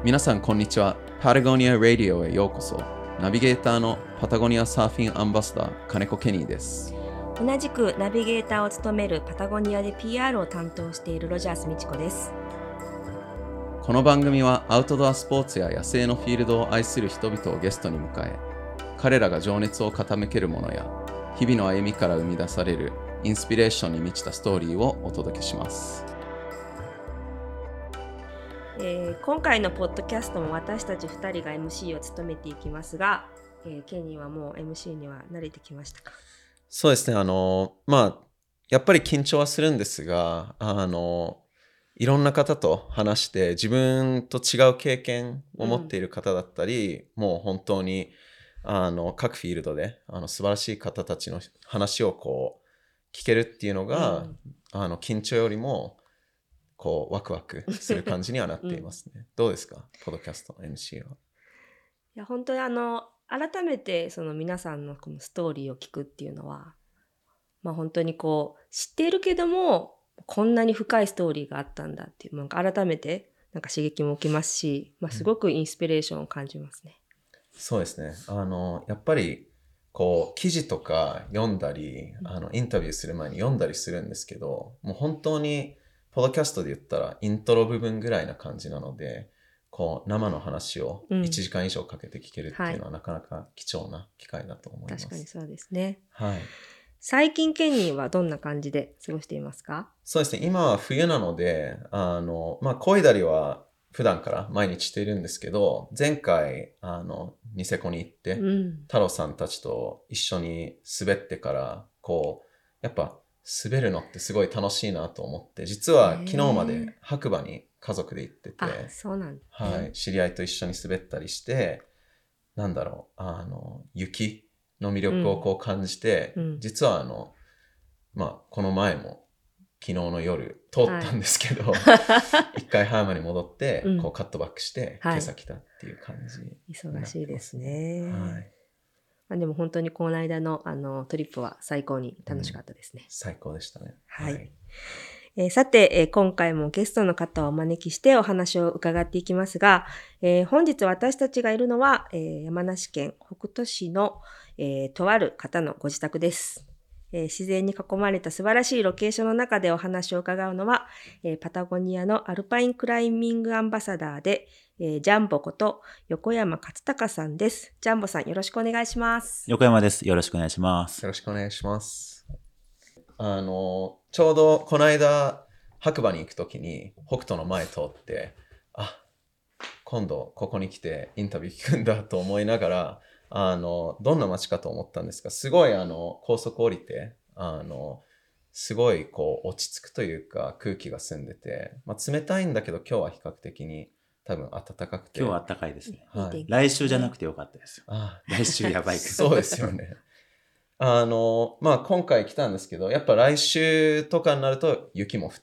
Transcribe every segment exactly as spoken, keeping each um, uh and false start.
皆さんこんにちは。パタゴニア・ラディオへようこそ。ナビゲーターのパタゴニアサーフィンアンバサダー金子ケニーです。 同じくナビゲーターを務めるパタゴニアで ピーアール を担当しているロジャース美智子です。 この番組はアウトドアスポーツや野生のフィールドを愛する人々をゲストに迎え、彼らが情熱を傾けるものや日々の歩みから生み出されるインスピレーションに満ちたストーリーをお届けします。 えー、今回のポッドキャストも私たちふたりが エムシー を務めていきますが、えー、ケニーはもう エムシー には慣れてきましたか？ そうですね。あの、まあ、やっぱり緊張はするんですが、あの、いろんな方と話して自分と違う経験を持っている方だったり、うん、もう本当にあの各フィールドであの素晴らしい方たちの話をこう聞けるっていうのが、うん、あの緊張よりもこうワクワクする感じにはなっていますね。うん、どうですか、ポッドキャストの エムシー は。 いや本当にあの改めてその皆さんのこのストーリーを聞くっていうのは、まあ本当にこう知っているけどもこんなに深いストーリーがあったんだっていう、なんか改めてなんか刺激も起きますし、まあ、すごくインスピレーションを感じますね。 うん、そうですね。あのやっぱりこう記事とか読んだり、あのインタビューする前に読んだりするんですけど、もう本当にポッドキャストで言ったらイントロ部分ぐらいな感じなので、こう生の話をいちじかん以上かけて聞けるっていうのはなかなか貴重な機会だと思います。 確かにそうですね。 はい。 最近ケニーはどんな感じで過ごしていますか？ そうですね。今は冬なので、あの、まあ、漕いだりは普段から毎日しているんですけど、前回、あの、ニセコに行って、うん、太郎さんたちと一緒に滑ってから、こう、やっぱ滑るのってすごい楽しいなと思って、実は昨日まで白馬に家族で行ってて、 あ、そうなんですね。 はい、知り合いと一緒に滑ったりして、なんだろう、あの、雪の魅力をこう感じて、うん、実はあの、まあ、この前も昨日の夜通ったんですけど、はい、一回ハーマに戻って、うん、こうカットバックして、今朝来たっていう感じ、ね、 忙しいですね。はい。まあ、でも本当にこの間のあのトリップは最高に楽しかったですね。うん、 最高でしたね。 はい。はい、えー、さて、えー、今回もゲストの方をお招きしてお話を伺っていきますが、えー、本日私たちがいるのは、えー、山梨県北杜市の、えー、とある方のご自宅です。えー、自然に囲まれた素晴らしいロケーションの中でお話を伺うのは、えー、パタゴニアのアルパインクライミングアンバサダーで、えー、ジャンボこと横山勝隆さんです。ジャンボさん、よろしくお願いします。 横山です。よろしくお願いします。 よろしくお願いします。あのちょうどこの間白馬に行くときに北斗の前通って、あ、今度ここに来てインタビュー聞くんだと思いながら、あのどんな街かと思ったんですが、すごいあの高速降りて、あのすごいこう落ち着くというか空気が澄んでて、まあ、冷たいんだけど今日は比較的に多分暖かくて、 今日は暖かいですね、はい、来週じゃなくてよかったですよ。あ来週やばいそうですよね。あのまあ今回来たんですけど、やっぱ来週とかになると雪も降って、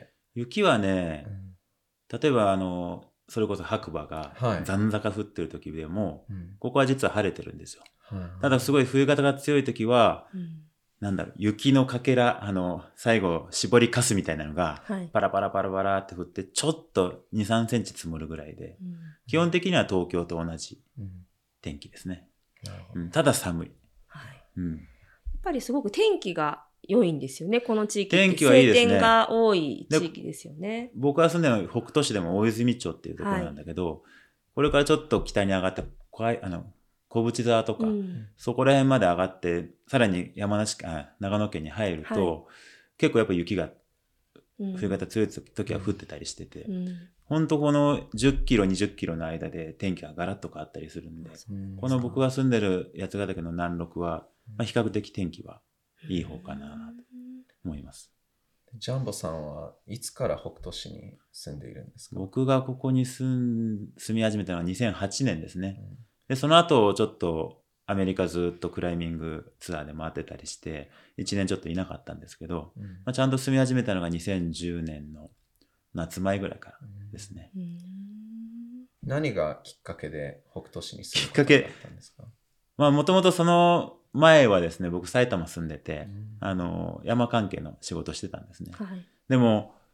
雪はね、うん、例えばあのそれこそ白馬が残坂降ってる時でも、はい、ここは実は晴れてるんですよ、うん、ただすごい冬型が強い時は、うん、なんだろう、雪のかけら、あの最後絞りかすみたいなのが、はい、パラパラパラパラって降ってちょっとにさんセンチ積もるぐらいで、うん、基本的には東京と同じ天気ですね、うん、ただ寒い、はいうん、やっぱりすごく天気が良いんですよね、この地域って。 天気はいいですね。 晴天が多い地域ですよね。 僕が住んでるのは北杜市でも大泉町っていうところなんだけど、はい、これからちょっと北に上がってあの小淵沢とか、うん、そこら辺まで上がってさらに山梨あ長野県に入ると、はい、結構やっぱ雪が冬型強い時は降ってたりしてて、うん、ほんとこのじゅっキロにじゅっキロの間で天気がガラッと変わったりするんで、うん、この僕が住んでる八ヶ岳の南麓は、まあ、比較的天気はいい方かなと思います。 ジャンボさんはいつから北杜市に住んでいるんですか？ 僕がここに住ん住み始めたのはにせんはちねんですね、うん、でその後ちょっとアメリカずっとクライミングツアーで回ってたりしていちねんちょっといなかったんですけど、うんまあ、ちゃんと住み始めたのがにせんじゅうねんの夏前ぐらいからですね、うん、 何がきっかけで北杜市に住むことになったんですか？ まあもともとその前はですね、僕埼玉住んでて、うん、あの山関係の仕事してたんですね、はい、でも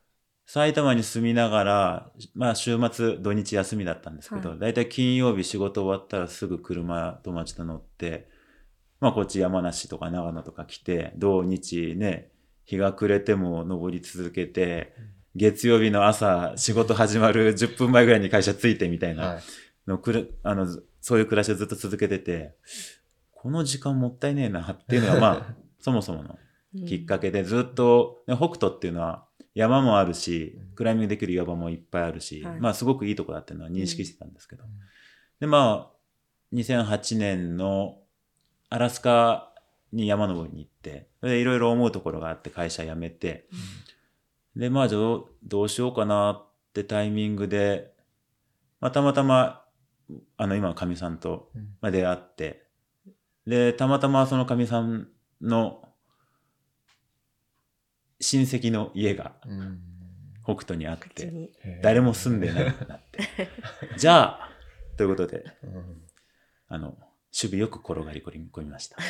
埼玉に住みながら、まあ週末土日休みだったんですけど、 はいだいたい金曜日仕事終わったらすぐ車友達と乗って、まあこっち山梨とか長野とか来て、土日ね、日が暮れても登り続けて、月曜日の朝仕事始まるじゅっぷんまえぐらいに会社着いてみたいなのくる、あのそういう暮らしをずっと続けてて、この時間もったいねえなっていうのがまあそもそものきっかけで、ずっと、ね、北斗っていうのは山もあるし、クライミングできる岩場もいっぱいあるし、 はいまあすごくいいとこだっていうのは認識してたんですけど、でまあにせんはちねんのアラスカに山登りに行って、それでいろいろ思うところがあって会社辞めて、でまあどう、どうしようかなってタイミングで、まあ、たまたまあの今のかみさんとまあ出会って、でたまたまそのかみさんの親戚の家が北斗にあって、 に誰も住んでないってなってじゃあということで、あの守備よく転がり込みました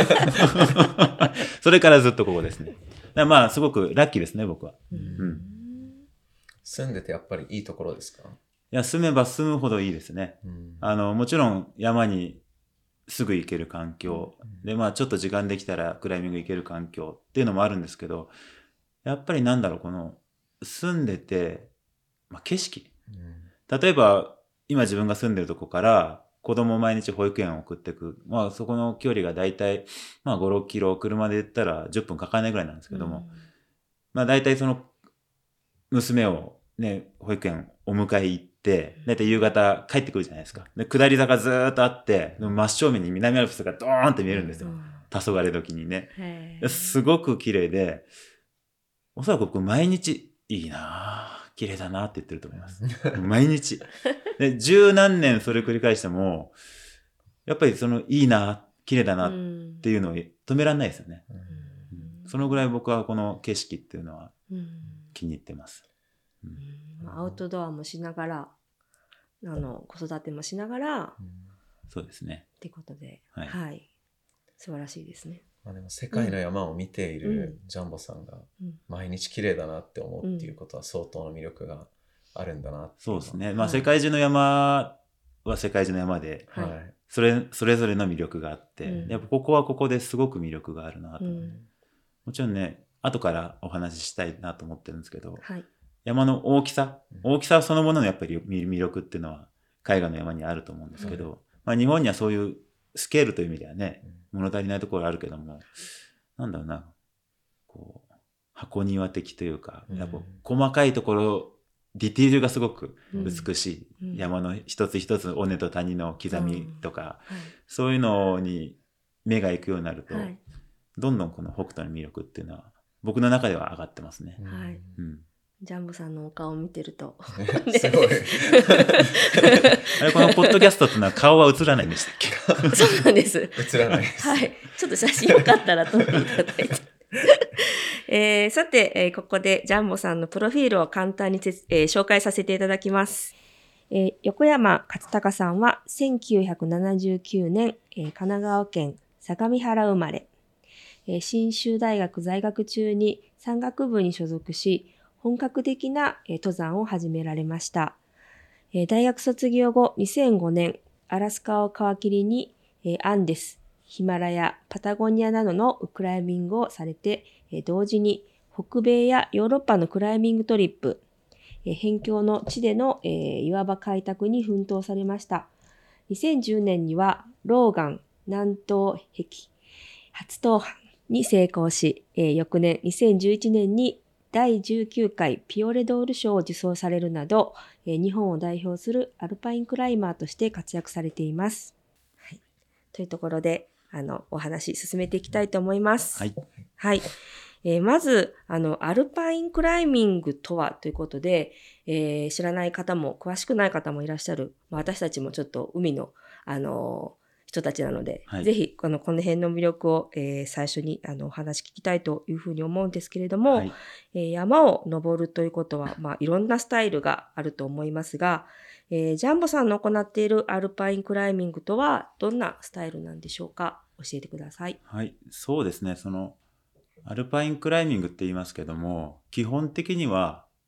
それからずっとここですね。だからまあすごくラッキーですね僕は。 うんうん住んでてやっぱりいいところですか？ いや住めば住むほどいいですね。 うんあのもちろん山にすぐ行ける環境、 うんでまあちょっと時間できたらクライミング行ける環境っていうのもあるんですけど、やっぱりなんだろう、この住んでて、まあ、景色、 うん例えば今自分が住んでるとこから子供を毎日保育園を送ってく、まあそこの距離がだいたいまあご、ろっキロ、車で言ったらじゅっぷんかからないぐらいなんですけども、まあだいたいその娘をね保育園お迎え行ってだいたい夕方帰ってくるじゃないですか。で下り坂ずーっとあって、でも真正面に南アルプスがドーンって見えるんですよ、黄昏時にね。 へすごく綺麗で、おそらく僕毎日いいなぁ綺麗だなって言ってると思います毎日で十何年それ繰り返してもやっぱりそのいいな綺麗だなっていうのを止められないですよね、うん、そのぐらい僕はこの景色っていうのは気に入ってます、うんうん、アウトドアもしながらあの子育てもしながらそうですねってことで、 はい、 はい、素晴らしいですね。 まあ、でも世界の山を見ていうんるジャンボさんが毎日綺麗だなって思うっていうことは相当の魅力があるんだなっていうのは。 そうですね、まあ世界中の山は世界中の山で、 はい、 それそれぞれの魅力があって、 うん、 やっぱここはここですごく魅力があるなと、 うん、 もちろんね後からお話ししたいなと思ってるんですけど、 はい、 山の大きさ大きさそのもののやっぱり魅力っていうのは海外の山にあると思うんですけど、うんまあ、日本にはそういうスケールという意味ではね、うん、物足りないところあるけども、なんだろうなこう箱庭的というか、うん、やっぱ細かいところディティールがすごく美しい、うん、山の一つ一つ尾根と谷の刻みとか、うんはい、そういうのに目が行くようになると、はい、どんどんこの北斗の魅力っていうのは僕の中では上がってますね、 はいうん、ジャンボさんのお顔を見てるとすごいあれこのポッドキャストっていうのは顔は映らないんでしたっけ？ そうなんです映らないですはいちょっと写真よかったら撮っていただいてえー、さて、えー、ここでジャンボさんのプロフィールを簡単に、えー、紹介させていただきます、えー、横山勝隆さんはせんきゅうひゃくななじゅうきゅうねん、えー、神奈川県相模原生まれ、えー、信州大学在学中に山岳部に所属し本格的な、えー、登山を始められました、えー、大学卒業後にせんごねんアラスカを皮切りに、えー、アンデスヒマラヤ、パタゴニアなどのクライミングをされて、同時に北米やヨーロッパのクライミングトリップ、辺境の地での岩場開拓に奮闘されました。にせんじゅうねんにはローガン南東壁初登板に成功し、翌年にせんじゅういちねんにだいじゅうきゅうかいピオレドール賞を受賞されるなど、日本を代表するアルパインクライマーとして活躍されています。はい、というところで、あのお話進めていきたいと思います。 はい。 はい。えー、まずあのアルパインクライミングとはということで、えー、知らない方も詳しくない方もいらっしゃる。まあ、私たちもちょっと海のあの人たちなので、はい、ぜひこのこの辺の魅力を、えー、最初にあのお話聞きたいというふうに思うんですけれども、はい、えー、山を登るということはまあいろんなスタイルがあると思いますが、えー、ジャンボさんの行っているアルパインクライミングとはどんなスタイルなんでしょうか？教えてください。 はい、そうですね。そのアルパインクライミングって言いますけども、基本的には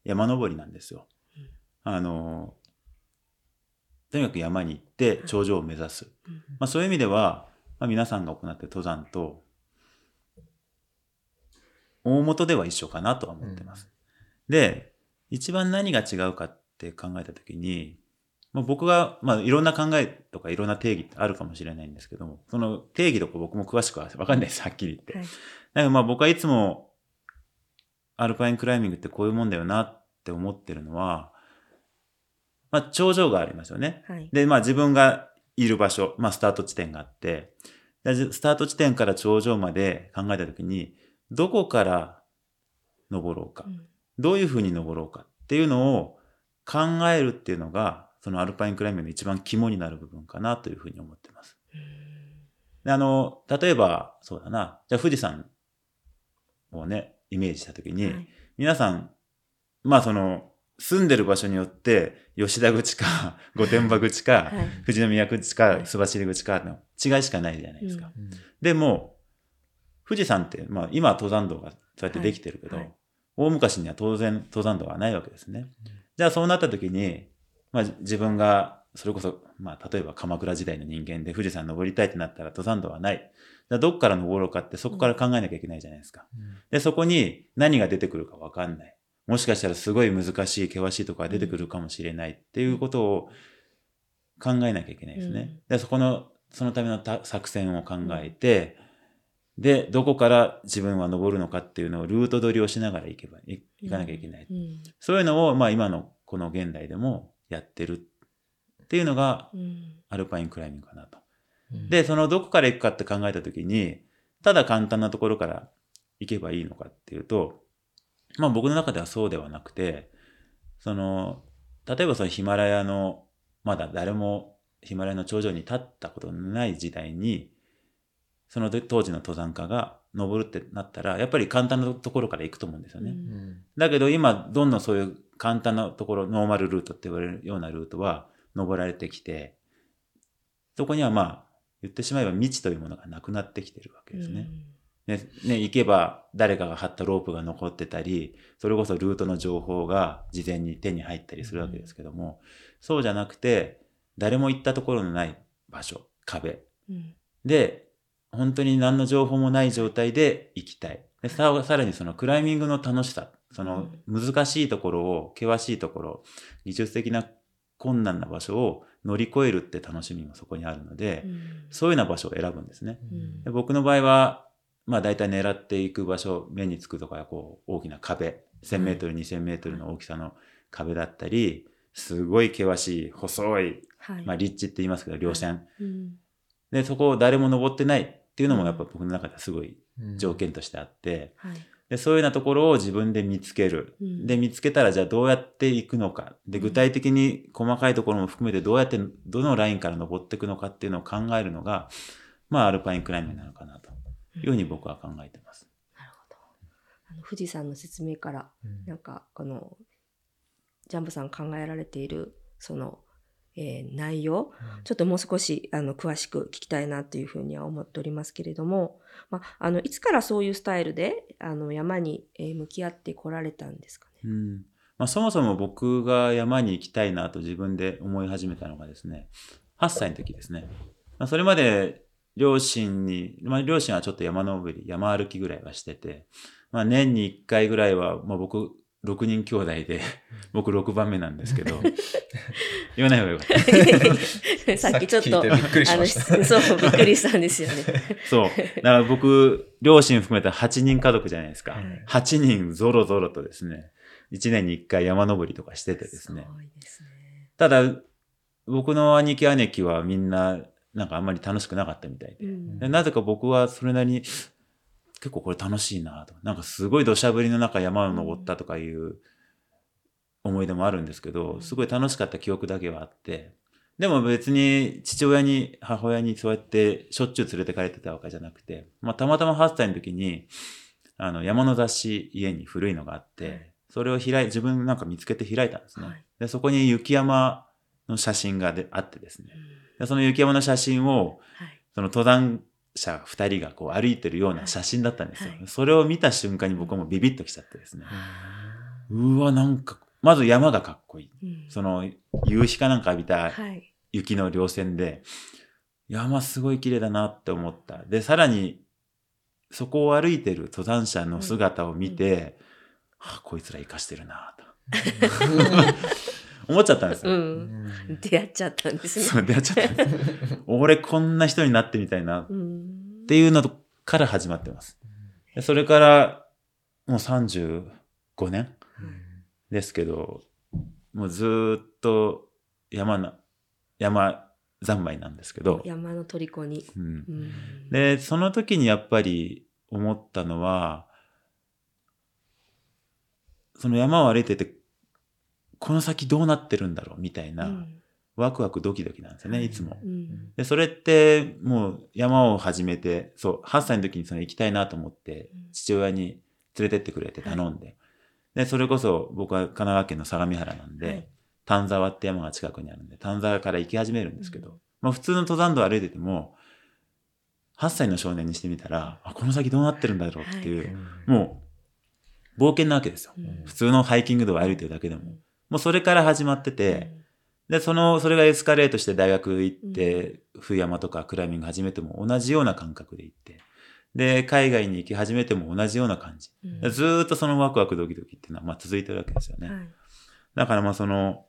山登りなんですよ。 うん、 あのとにかく山に行って頂上を目指す、うんまあ、そういう意味では、まあ、皆さんが行っている登山と大元では一緒かなとは思ってます。うん、で一番何が違うかって考えたときに、まあ、僕が、まあ、いろんな考えとかいろんな定義ってあるかもしれないんですけども、その定義とか僕も詳しくは分かんないです、はっきり言って。はい、だからまあ僕はいつもアルパインクライミングってこういうもんだよなって思ってるのは、まあ、頂上がありますよね。はい、で、まあ自分がいる場所、まあスタート地点があって、スタート地点から頂上まで考えたときに、どこから登ろうか、うん、どういうふうに登ろうかっていうのを考えるっていうのが、そのアルパインクライミングの一番肝になる部分かなというふうに思ってます。であの、例えば、そうだな、じゃあ富士山をね、イメージしたときに、はい、皆さん、まあその、住んでる場所によって、吉田口か、御殿場口か、はい、富士宮口か、須走口かの違いしかないじゃないですか。うん、でも、富士山って、まあ今は登山道がそうやってできてるけど、はいはい、大昔には当然登山道はないわけですね。うん、じゃあそうなった時に、まあ自分が、それこそ、まあ例えば鎌倉時代の人間で富士山登りたいってなったら登山道はない。じゃあどっから登ろうかってそこから考えなきゃいけないじゃないですか。うん、で、そこに何が出てくるかわかんない。もしかしたらすごい難しい険しいところが出てくるかもしれないっていうことを考えなきゃいけないですね。うん、で、そこの、そのための作戦を考えて、うん、で、どこから自分は登るのかっていうのをルート取りをしながら行けば、い、行かなきゃいけない。うんうん、そういうのを、まあ今のこの現代でもやってるっていうのがアルパインクライミングかなと。うん、で、そのどこから行くかって考えたときに、ただ簡単なところから行けばいいのかっていうと、まあ僕の中ではそうではなくて、その、例えばそのヒマラヤの、まだ誰もヒマラヤの頂上に立ったことのない時代に、その当時の登山家が登るってなったら、やっぱり簡単なところから行くと思うんですよね。うん、だけど今、どんどんそういう簡単なところ、ノーマルルートって言われるようなルートは登られてきて、そこにはまあ、言ってしまえば未知というものがなくなってきてるわけですね。うんねね、行けば誰かが張ったロープが残ってたり、それこそルートの情報が事前に手に入ったりするわけですけども、うん、そうじゃなくて、誰も行ったところのない場所、壁、うん、で、本当に何の情報もない状態で行きたい。で さ, さらにそのクライミングの楽しさ、その難しいところを、険しいところ、技術的な困難な場所を乗り越えるって楽しみもそこにあるので、うん、そういうような場所を選ぶんですね。うん、で僕の場合は、まあ大体狙っていく場所、目につくとかこう大きな壁、せんメートル、にせんメートルの大きさの壁だったり、すごい険しい、細い、はい、まあ立地って言いますけど、稜線、はいうん。で、そこを誰も登ってないっていうのもやっぱ僕の中ではすごい条件としてあって、うんはい、でそういうようなところを自分で見つける。うん、で、見つけたらじゃあどうやっていくのか。で、具体的に細かいところも含めてどうやって、どのラインから登っていくのかっていうのを考えるのが、まあアルパインクライミングなのかなと。いうふうに僕は考えてます。 なるほど。あの富士山の説明から、うん、なんかこのジャンボさん考えられているその、えー、内容、うん、ちょっともう少しあの詳しく聞きたいなというふうには思っておりますけれども、まあ、あのいつからそういうスタイルであの山に、えー、向き合ってこられたんですかね。 うんまあ、そもそも僕が山に行きたいなと自分で思い始めたのがですね、はっさいの時ですね。まあ、それまで両親に、まあ、両親はちょっと山登り、山歩きぐらいはしてて、まあ、年にいっかいぐらいは、まあ、僕、ろくにん兄弟で、僕ろくばんめなんですけど、言わない方がよかった。 さっきちょっと、びっくりしました。そう、びっくりしたんですよね。 そう。だから僕、両親含めたはちにん家族じゃないですか。はい、はちにんぞろぞろとですね、いちねんにいっかい山登りとかしててですね。すごいですね。ただ、僕の兄貴姉貴はみんな、なんかあんまり楽しくなかったみたいで。うん、でなぜか僕はそれなりに、結構これ楽しいなと。なんかすごい土砂降りの中山を登ったとかいう思い出もあるんですけど、すごい楽しかった記憶だけはあって、でも別に父親に母親にそうやってしょっちゅう連れてかれてたわけじゃなくて、まあたまたまはっさいの時に、あの山の雑誌家に古いのがあって、それを開い、自分なんか見つけて開いたんですね。はい、でそこに雪山の写真がであってですね。でその雪山の写真を、はい、その登山者ふたりがこう歩いてるような写真だったんですよ。はい、それを見た瞬間に僕はもうビビッときちゃってですね。 うわなんかまず山がかっこいい、 うん、 その夕日かなんか浴びたはい雪の稜線で、山すごい綺麗だなって思った。でさらにそこを歩いてる登山者の姿を見て、うんうん、はあ、こいつら生かしてるなと思っちゃったんですよ、うん、 出会っちゃったんですね。 そう出会っちゃったんです俺こんな人になってみたいなっていうのから始まってます。でそれからもうさんじゅうごねんですけど、もうずっと山な山三昧なんですけど、 山の虜に、 うんうん、でその時にやっぱり思ったのは、その山を歩いててこの先どうなってるんだろうみたいな、うん、ワクワクドキドキなんですよね、はい、いつも、うん、でそれってもう山を始めて、そうはっさいの時にその行きたいなと思って父親に連れてってくれて頼んで、はい、でそれこそ僕は神奈川県の相模原なんで、はい、丹沢って山が近くにあるんで丹沢から行き始めるんですけど、うん、まあ、普通の登山道を歩いててもはっさいの少年にしてみたら、あこの先どうなってるんだろうっていう、はい、もう冒険なわけですよ、うん、普通のハイキング道を歩いてるだけでも、うん、もうそれから始まってて、うん、でそのそれがエスカレートして大学行って、うん、冬山とかクライミング始めても同じような感覚で行って、で海外に行き始めても同じような感じ、うん、ずーっとそのワクワクドキドキっていうのはまあ続いてるわけですよね、はい、だからまあその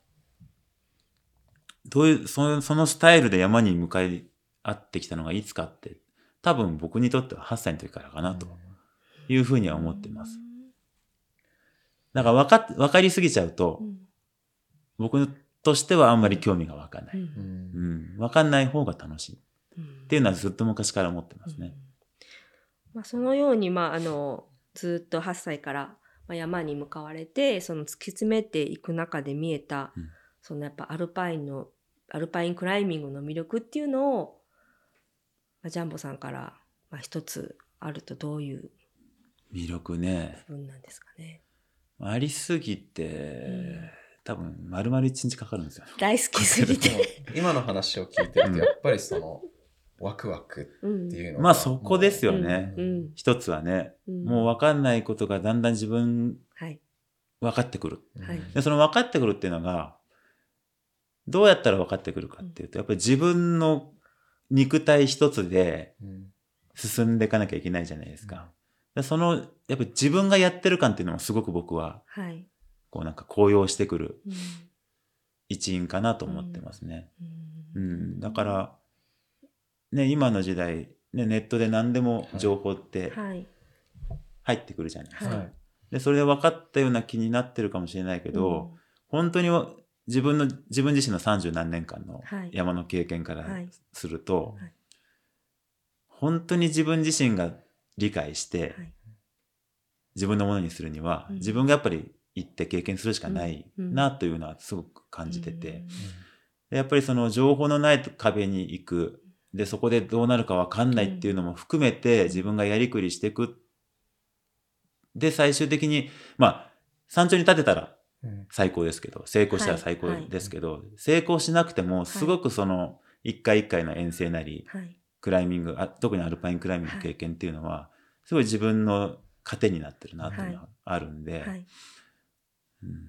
どういうその、そのスタイルで山に向かい合ってきたのがいつかって、多分僕にとってははっさいの時からかなというふうには思ってます。だから分かっ、分かりすぎちゃうと、うん、僕としてはあんまり興味が湧かない、うんうん、分かんない方が楽しい、うん、っていうのはずっと昔から思ってますね、うんまあ、そのように、まあ、あのずっとはっさいから山に向かわれて、その突き詰めていく中で見えた、うんそのやっぱアルパインのアルパインクライミングの魅力っていうのを、まあ、ジャンボさんからまあ一つあるとどういう魅力ね部分なんですかね。 ありすぎて、うん、多分丸々一日かかるんですよ。 大好きすぎて今の話を聞いてるとやっぱりそのワクワクっていうのが、 うん、まあそこですよね、うん、一つはね、うん、もう分かんないことがだんだん自分、はい、分かってくる、はい、でその分かってくるっていうのがどうやったら分かってくるかっていうと、やっぱり自分の肉体一つで進んでいかなきゃいけないじゃないですか。でそのやっぱり自分がやってる感っていうのもすごく僕は、はい、こうなんか高揚してくる一因かなと思ってますね。うんうん、だからね今の時代、ね、ネットで何でも情報って入ってくるじゃないですか。はい、でそれで分かったような気になってるかもしれないけど、うん、本当に自分の自分自身のさんじゅうなんねんかんの山の経験からすると、はいはい、本当に自分自身が理解して、はい、自分のものにするには、うん、自分がやっぱり行って経験するしかないなというのはすごく感じてて、うんうん、でやっぱりその情報のない壁に行く、でそこでどうなるか分かんないっていうのも含めて自分がやりくりしていく、で最終的にまあ山頂に立てたら最高ですけど、成功したら最高ですけど、はいはい、成功しなくてもすごくその一回一回の遠征なり、はい、クライミングあ特にアルパインクライミングの経験っていうのはすごい自分の糧になってるなっていうのがあるんで、はいはい、うーん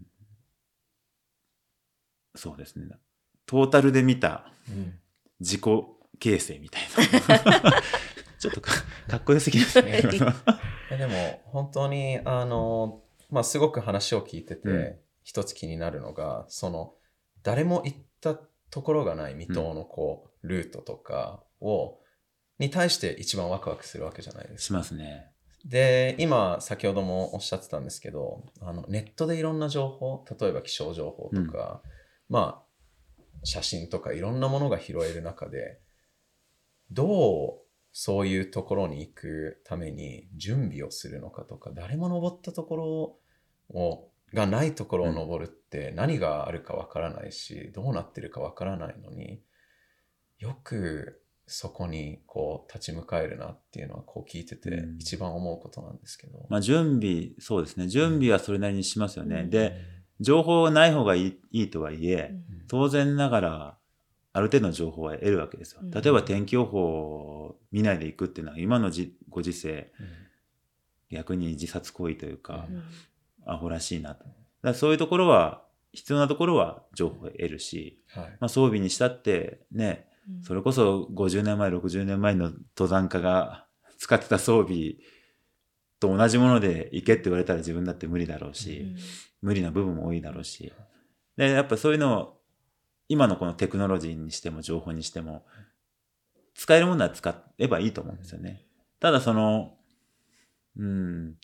そうですね、トータルで見た自己形成みたいなちょっと か, かっこよすぎですねでも本当にあのまあ、すごく話を聞いてて、うん、一つ気になるのが、その誰も行ったところがない未踏のこう、うん、ルートとかをに対して一番ワクワクするわけじゃないですか。 しますね。 で今先ほどもおっしゃってたんですけど、あのネットでいろんな情報、例えば気象情報とか、うん、まあ写真とかいろんなものが拾える中で、どうそういうところに行くために準備をするのかとか、誰も登ったところをがないところを登るって何があるかわからないし、どうなってるかわからないのによくそこにこう立ち向かえるなっていうのはこう聞いてて一番思うことなんですけど、うんまあ、準備そうですね、準備はそれなりにしますよね、うん、で情報ない方がいい、いいとはいえ、うん、当然ながらある程度の情報は得るわけですよ、うん、例えば天気予報を見ないでいくっていうのは今のじご時世、うん、逆に自殺行為というか、 アホらしいなと。だからそういうところは必要なところは情報を得るし、 はいまあ、装備にしたってね、 うんそれこそごじゅうねんまえろくじゅうねんまえの登山家が使ってた装備と同じもので行けって言われたら自分だって無理だろうし、 うん無理な部分も多いだろうし、でやっぱそういうのを今のこのテクノロジーにしても情報にしても使えるものは使えばいいと思うんですよね。ただそのうん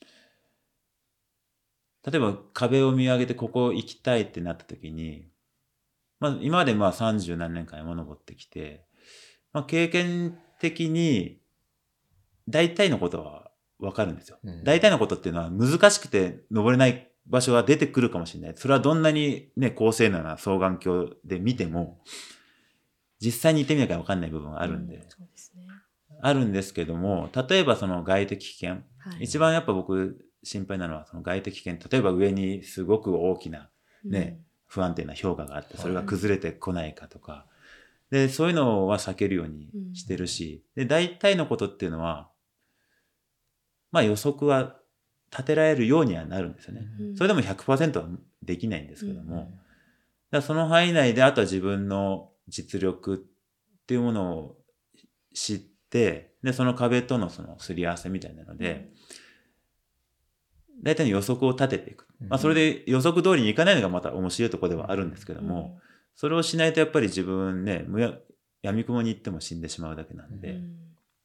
例えば壁を見上げてここ行きたいってなった時に、まあ、今までまあさんじゅう何年間山登ってきて、まあ、経験的に大体のことは分かるんですよ。 うん、 大体のことっていうのは難しくて登れない場所は出てくるかもしれない。それはどんなにね高性能な双眼鏡で見ても実際に行ってみなきゃ分かんない部分があるんで、 うんそうですね。 あるんですけども、例えばその外的危険、 はい一番やっぱ僕心配なのはその外的危険、例えば上にすごく大きなね、不安定な氷河があってそれが崩れてこないかとか、でそういうのは避けるようにしてるし、で大体のことっていうのはまあ予測は立てられるようにはなるんですよね。 うんそれでも ひゃくパーセント はできないんですけども、 うんだからその範囲内であとは自分の実力っていうものを知って、でその壁とのそのすり合わせみたいなので、大体の予測を立てていく、まあ、それで予測通りにいかないのがまた面白いところではあるんですけども、それをしないとやっぱり自分ねむや闇雲に行っても死んでしまうだけなんで、 うん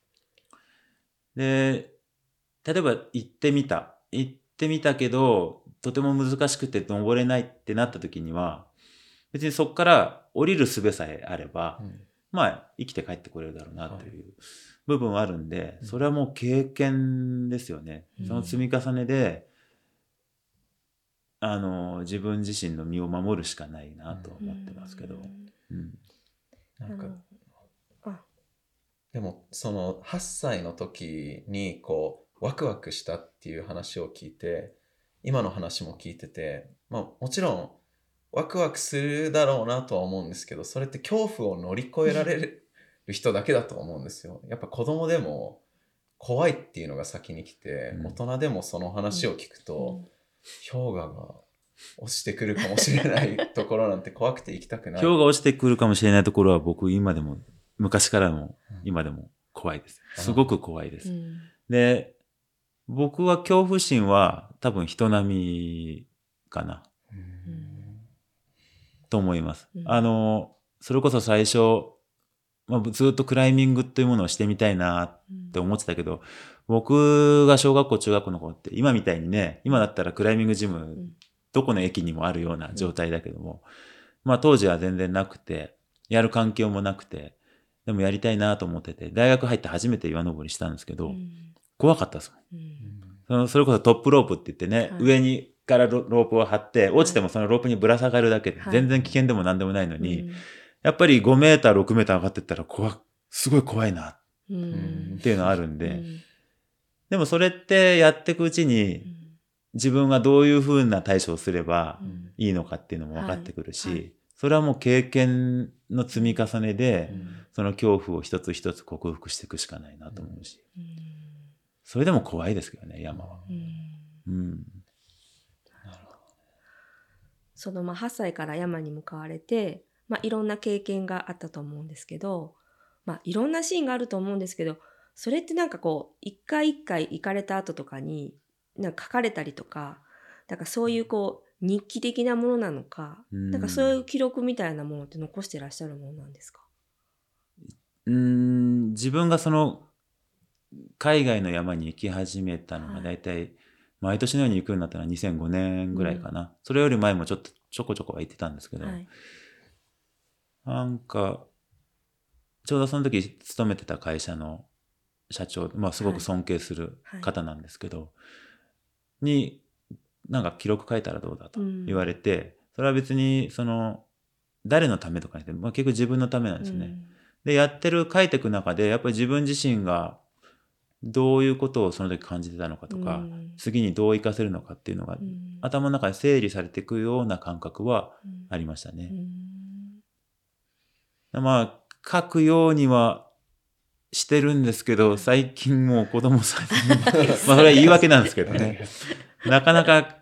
で例えば行ってみた行ってみたけどとても難しくて登れないってなった時には別にそこから降りる術さえあれば、 うんまあ生きて帰ってこれるだろうなという部分はあるんで、 うんそれはもう経験ですよね、 うんその積み重ねであの自分自身の身を守るしかないなと思ってますけど、うんなんかあのあでもそのはっさいの時にこうワクワクしたっていう話を聞いて今の話も聞いてて、まあ、もちろんワクワクするだろうなとは思うんですけど、それって恐怖を乗り越えられる人だけだと思うんですよ。やっぱ子供でも怖いっていうのが先に来て、 うん大人でもその話を聞くと、 うん氷河が落ちてくるかもしれないところなんて怖くて行きたくない。 氷が落ちてくるかもしれないところは僕今でも昔からも今でも怖いです。すごく怖いです。 うんで、僕は恐怖心は多分人並みかなうんと思います。 うんあの、それこそ最初、まあ、ずっとクライミングっていうものをしてみたいなって思ってたけど、僕が小学校中学校の頃って今みたいにね、今だったらクライミングジム、 んどこの駅にもあるような状態だけども、まあ当時は全然なくて、やる環境もなくて、でもやりたいなと思ってて、大学入って初めて岩登りしたんですけど、 うん怖かったですもん。 うんそのそれこそトップロープって言ってね、 はい上にからロロープを張って落ちてもそのロープにぶら下がるだけで、 はい全然危険でも何でもないのに、 うんやっぱりごメーターろくメーター上がってったら怖すごい怖いなっうんていうのはあるんで、 うんでもそれってやっていくうちうにん自分がどういう風な対処をすればうんいいのかっていうのも分かってくるし、 はいはいそれはもう経験の積み重ねで、 うんその恐怖を一つ一つ克服していくしかないなと思うし、 うんそれでも怖いですけどね、山は。 うんうん。 なるほど。 そのまあはっさいから山に向かわれて、まあ、いろんな経験があったと思うんですけど、まあ、いろんなシーンがあると思うんですけど、それってなんかこう一回一回行かれた後とかになんか書かれたりとか、だからそういうこう日記的なものなのか、 うんなんかそういう記録みたいなものって残してらっしゃるものなんですか？ うーん自分がその海外の山に行き始めたのがはい大体毎年のように行くようになったのはにせんごねんぐらいかな、それより前もちょっとちょこちょこは行ってたんですけど、 はい。 なんかちょうどその時勤めてた会社の社長、まあ、すごく尊敬する方なんですけど、になんか記録書いたらどうだと言われて、それは別にその誰のためとかじゃなくて、まあ、結局自分のためなんですよね。 うんでやってる書いていく中でやっぱり自分自身がどういうことをその時感じてたのかとか、 うん次にどう活かせるのかっていうのが、 うん頭の中で整理されていくような感覚はありましたね。 うんまあ書くようにはしてるんですけど、最近もう子供さんにまあそれは言い訳なんですけどねなかなか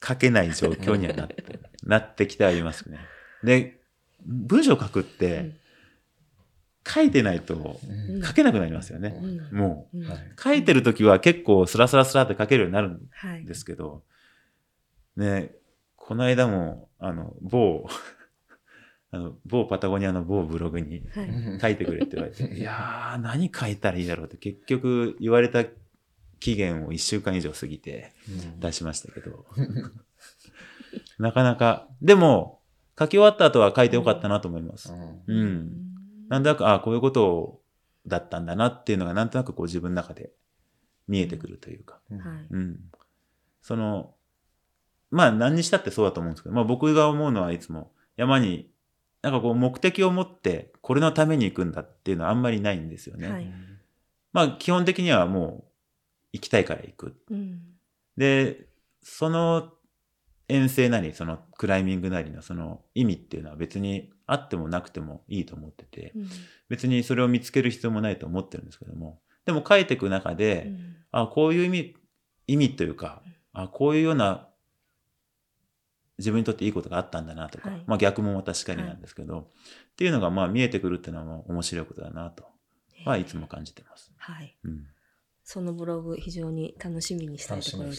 書けない状況にはなって、なってきてはいますね。で、文章を書くって、うん書いてないと書けなくなりますよね。うん、もう、うん、書いてるときは結構スラスラスラって書けるようになるんですけど、はい、ね、この間も、あの、某、あの、某パタゴニアの某ブログに書いてくれって言われて、はい、いやー、何書いたらいいだろうって結局言われた期限をいっしゅうかん以上過ぎて出しましたけど、うん、なかなか、でも、書き終わった後は書いてよかったなと思います。うん。うんなんとなく、ああ、こういうことだったんだなっていうのが、なんとなくこう自分の中で見えてくるというか。うんうん、その、まあ何にしたってそうだと思うんですけど、まあ僕が思うのはいつも山に、なんかこう目的を持ってこれのために行くんだっていうのはあんまりないんですよね。はい、まあ基本的にはもう行きたいから行く。うん、で、その遠征なり、そのクライミングなりのその意味っていうのは別にあってもなくてもいいと思ってて、うん、別にそれを見つける必要もないと思ってるんですけども、でも書いていく中で、うん、あこういう意味、意味というか、あこういうような自分にとっていいことがあったんだなとか、はい、まあ逆も確かになんですけど、はい、っていうのがまあ見えてくるっていうのは面白いことだなとはいつも感じてます。 はい。うん、そのブログ非常に楽しみにしたいところです。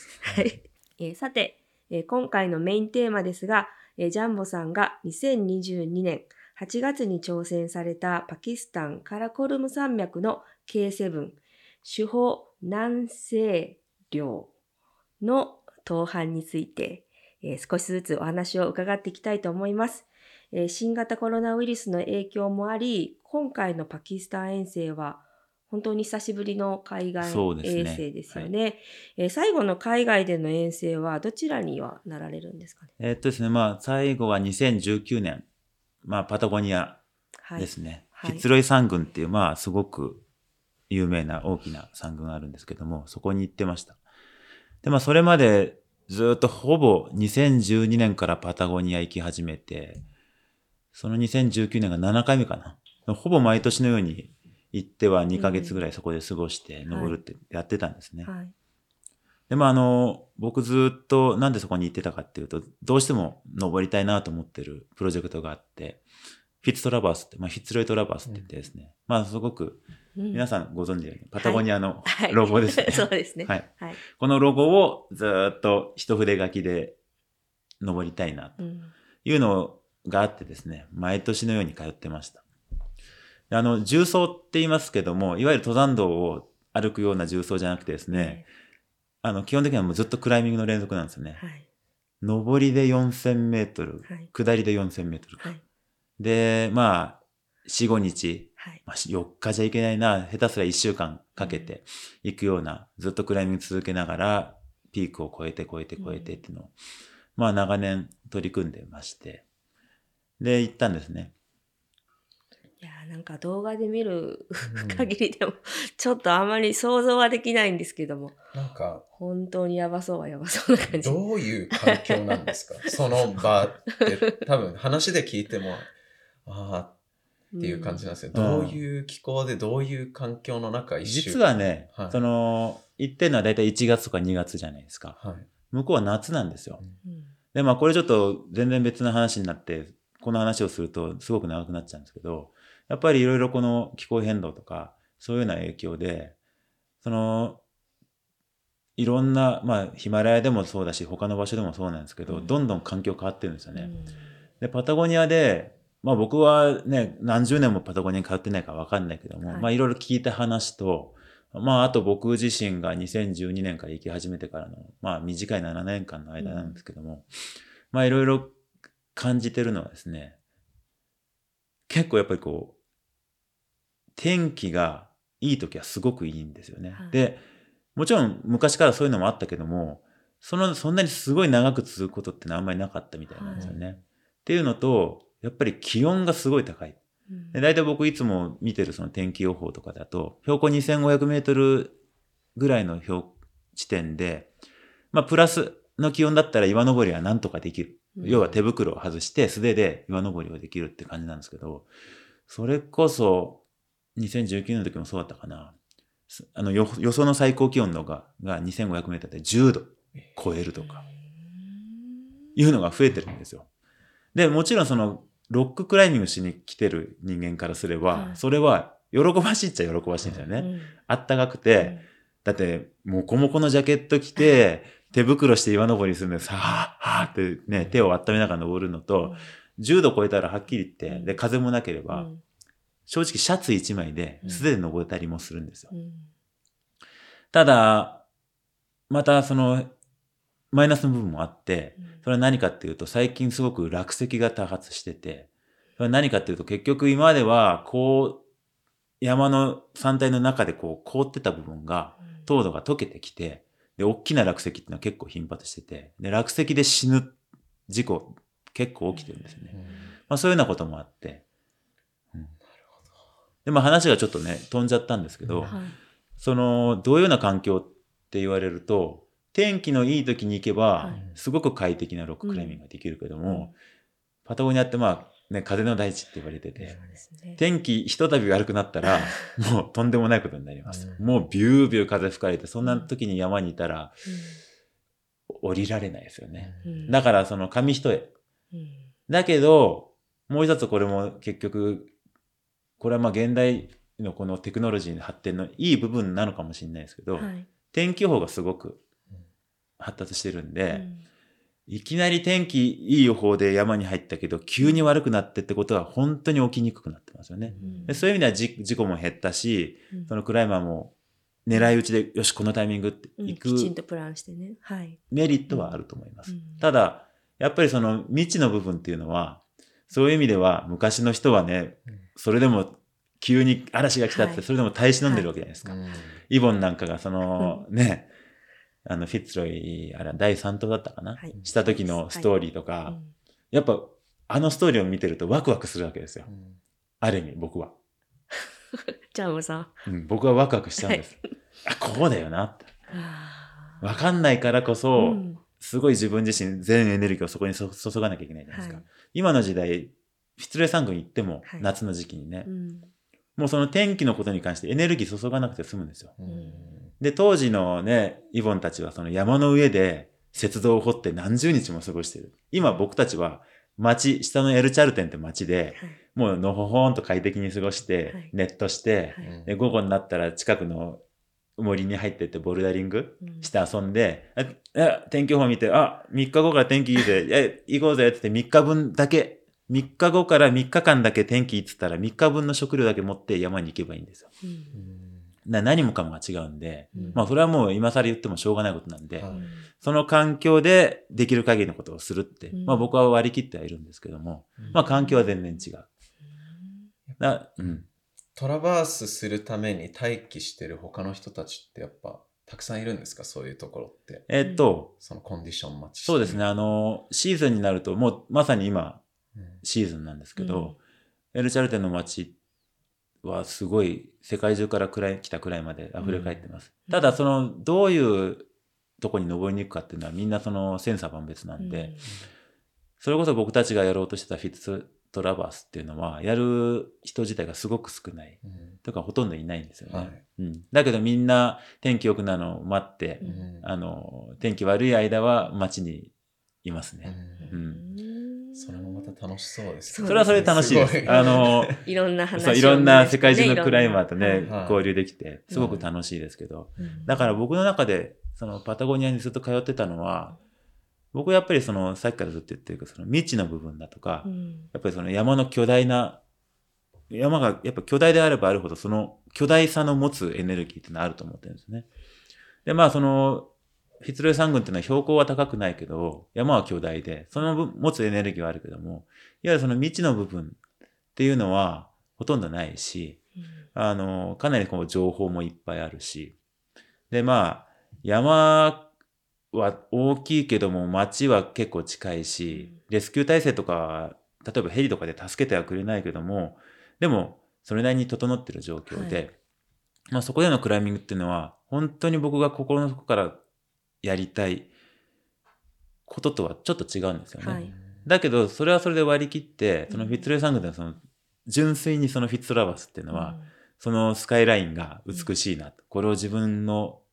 はい。えー、さて、えー、今回のメインテーマですが、えー、ジャンボさんがにせんにじゅうにねんはちがつに挑戦されたパキスタンカラコルム山脈の ケーセブン 主峰南西稜の登攀について、えー、少しずつお話を伺っていきたいと思います。えー、新型コロナウイルスの影響もあり、今回のパキスタン遠征は本当に久しぶりの海外遠征ですよね。はいえー、最後の海外での遠征はどちらにはなられるんですかね。 えー、っとですね、まあ最後はにせんじゅうきゅうねん、まあパタゴニアですね。はい、フィッツロイ山群っていうまあすごく有名な大きな山群があるんですけども、そこに行ってました。でまあそれまでずっとほぼにせんじゅうにねんからパタゴニア行き始めて、そのにせんじゅうきゅうねんがななかいめかな。ほぼ毎年のように行ってはにかげつぐらいそこで過ごして登るってやってたんですね。はいはい、でもあの、僕ずっとなんでそこに行ってたかっていうと、どうしても登りたいなと思ってるプロジェクトがあって、フィッツトラバースって、まあフィッツロイトラバースって言ってですね、うん、まあすごく皆さんご存知のように、パタゴニアのロゴですね。 はいはい、そうですね、 はいはい。このロゴをずっと一筆書きで登りたいなというのがあってですね、毎年のように通ってました。あの、縦走って言いますけども、いわゆる登山道を歩くような縦走じゃなくてですね、はい、あの、基本的にはもうずっとクライミングの連続なんですよね。はい、上りでよんせんメートル、はい、下りでよんせんメートル。はい、で、まあ、よん、ごにち、はいまあ、よっかじゃいけないな、下手すらいっしゅうかんかけて行くような、ずっとクライミング続けながら、ピークを越えて越えて越えてっていうのを、うん、まあ長年取り組んでまして、で、行ったんですね。 いやなんか動画で見る限りでも、うん、ちょっとあまり想像はできないんですけども、なんか本当にやばそうはやばそうな感じ。 どういう環境なんですかその場って多分話で聞いてもああっていう感じなんですよ、うん、どういう気候でどういう環境の中一週間実はね、はい、その行ってるのはだいたいいちがつとかにがつじゃないですか、はい、向こうは夏なんですよ、うん、でまあこれちょっと全然別の話になってこの話をするとすごく長くなっちゃうんですけど、やっぱりいろいろこの気候変動とかそういうような影響で、そのいろんなまあヒマラヤでもそうだし他の場所でもそうなんですけど、うん、どんどん環境変わってるんですよね、うん、でパタゴニアでまあ僕はね何十年もパタゴニアに通ってないから分かんないけども、はい、まあいろいろ聞いた話と、まああと僕自身がにせんじゅうにねんから行き始めてからのまあ短いななねんかんの間なんですけども、うん、まあいろいろ感じてるのはですね、結構やっぱりこう天気がいい時はすごくいいんですよね、はい、でもちろん昔からそういうのもあったけども、そのそんなにすごい長く続くことってのはあんまりなかったみたいなんですよね、はい、っていうのとやっぱり気温がすごい高い、うん、で大体僕いつも見てるその天気予報とかだと標高にせんごひゃくメートルぐらいの標地点で、まあプラスの気温だったら岩登りはなんとかできる、うん、要は手袋を外して素手で岩登りができるって感じなんですけど、それこそにせんじゅうきゅうねんの時もそうだったかな、あの予想の最高気温のががにせんごひゃくメートルでじゅうど超えるとか、 いうのが増えてるんですよ。で、もちろんそのロッククライミングしに来てる人間からすれば、 はい、 それは喜ばしいっちゃ喜ばしいんですよね。うん、あったかくて、うん、だってもこもこのジャケット着て手袋して岩登りするんでさあはあってね、手を温めながら登るのと、うん、じゅうど超えたらはっきり言って、うん、で風もなければ、うん、正直シャツいちまいで素手で登れたりもするんですよ。うん、ただまたそのマイナスの部分もあって、それは何かっていうと、最近すごく落石が多発してて、それは何かっていうと、結局今まではこう山の山体の中でこう凍ってた部分が凍土が溶けてきて、で大きな落石っていうのは結構頻発してて、で落石で死ぬ事故結構起きてるんですよね。まあそういうようなこともあって、うん、なるほど。でまあ話がちょっとね飛んじゃったんですけど、はい、そのどういうような環境って言われると。天気のいい時に行けば、すごく快適なロッククライミングができるけども、うん、パタゴニアってまあ、ね、風の大地って言われてて、ね、天気ひとたび悪くなったら、もうとんでもないことになります。うん、もうビュービュー風吹かれて、そんな時に山にいたら、うん、降りられないですよね。うん、だからその紙一重。うん、だけど、もう一つこれも結局、これはまあ現代のこのテクノロジーの発展のいい部分なのかもしれないですけど、はい、天気予報がすごく発達してるんで、うん、いきなり天気いい予報で山に入ったけど急に悪くなってってことは本当に起きにくくなってますよね。うん、でそういう意味では事故も減ったし、うん、そのクライマーも狙い撃ちでよしこのタイミングっていく、 うん、きちんとプランしてね、はい、 メリットはあると思います。うん、ただやっぱりその未知の部分っていうのはそういう意味では昔の人はね、それでも急に嵐が来たってそれでも耐え忍んでるわけじゃないですか。はいはい、イボンなんかがその、うん、ねあのフィッツロイあれだいさんとうだったかな、はい、した時のストーリーとか、はい、やっぱあのストーリーを見てるとワクワクするわけですよ、うん、ある意味僕はジャムさん、 うん、僕はワクワクしちゃうんです、はい、あこうだよなって分かんないからこそ、うん、すごい自分自身全エネルギーをそこに注がなきゃいけないじゃないですか、はい、今の時代フィッツロイ山群行っても、はい、夏の時期にね、うん、もうその天気のことに関してエネルギー注がなくて済むんですよ、うん、で当時のねイボンたちはその山の上で雪洞を掘って何十日も過ごしてる。今僕たちは町下のエルチャルテンって町で、はい、もうのほほんと快適に過ごして、はい、ネットして、はい、で午後になったら近くの森に入ってってボルダリングして遊んで、うん、あ天気予報見てあみっかごから天気いいぜ行こうぜって言ってみっかぶんだけみっかごからみっかかんだけ天気いいっつったらみっかぶんの食料だけ持って山に行けばいいんですよ、うん、何もかもが違うんで、うん、まあそれはもう今更言ってもしょうがないことなんで、うん、その環境でできる限りのことをするって、うん、まあ僕は割り切ってはいるんですけども、うん、まあ環境は全然違う、だうん、 トラバースするために待機してる他の人たちってやっぱたくさんいるんですか、そういうところって。 えー、っとそのコンディション待ちして。 そうですね、あのシーズンになるともうまさに今シーズンなんですけど、うん、エルチャルテンの街はすごい世界中から来たくらいまで溢れ返ってます、うん、ただそのどういうとこに登りに行くかっていうのはみんなその千差万別なんで、うん、それこそ僕たちがやろうとしてたフィッツトラバースっていうのはやる人自体がすごく少ない、うん、とかほとんどいないんですよね、はいうん、だけどみんな天気良くなるのを待って、うん、あの天気悪い間は街にいますね、うんうん、それもまた楽しそうですね。それはそれで楽しいです。すあのいろんな話を、ね、いろんな世界中のクライマーとね、はい、交流できてすごく楽しいですけど、うん、だから僕の中でそのパタゴニアにずっと通ってたのは、僕はやっぱりそのさっきからずっと言ってるけどその未知の部分だとか、うん、やっぱりその山の巨大な山がやっぱ巨大であればあるほどその巨大さの持つエネルギーっていうのはあると思ってるんですね。でまあそのフィッツロイ山群っていうのは標高は高くないけど山は巨大でその持つエネルギーはあるけどもいわゆるその未知の部分っていうのはほとんどないし、うん、あのかなりこう情報もいっぱいあるしでまあ山は大きいけども町は結構近いしレスキュー体制とか例えばヘリとかで助けてはくれないけどもでもそれなりに整ってる状況で、はいまあ、そこでのクライミングっていうのは本当に僕が心の底からやりたいこととはちょっと違うんですよね、はい、だけどそれはそれで割り切ってそのフィッツロイ山群ではその純粋にそのフィッツトラバースっていうのは、うん、そのスカイラインが美しいな、うん、これを自分の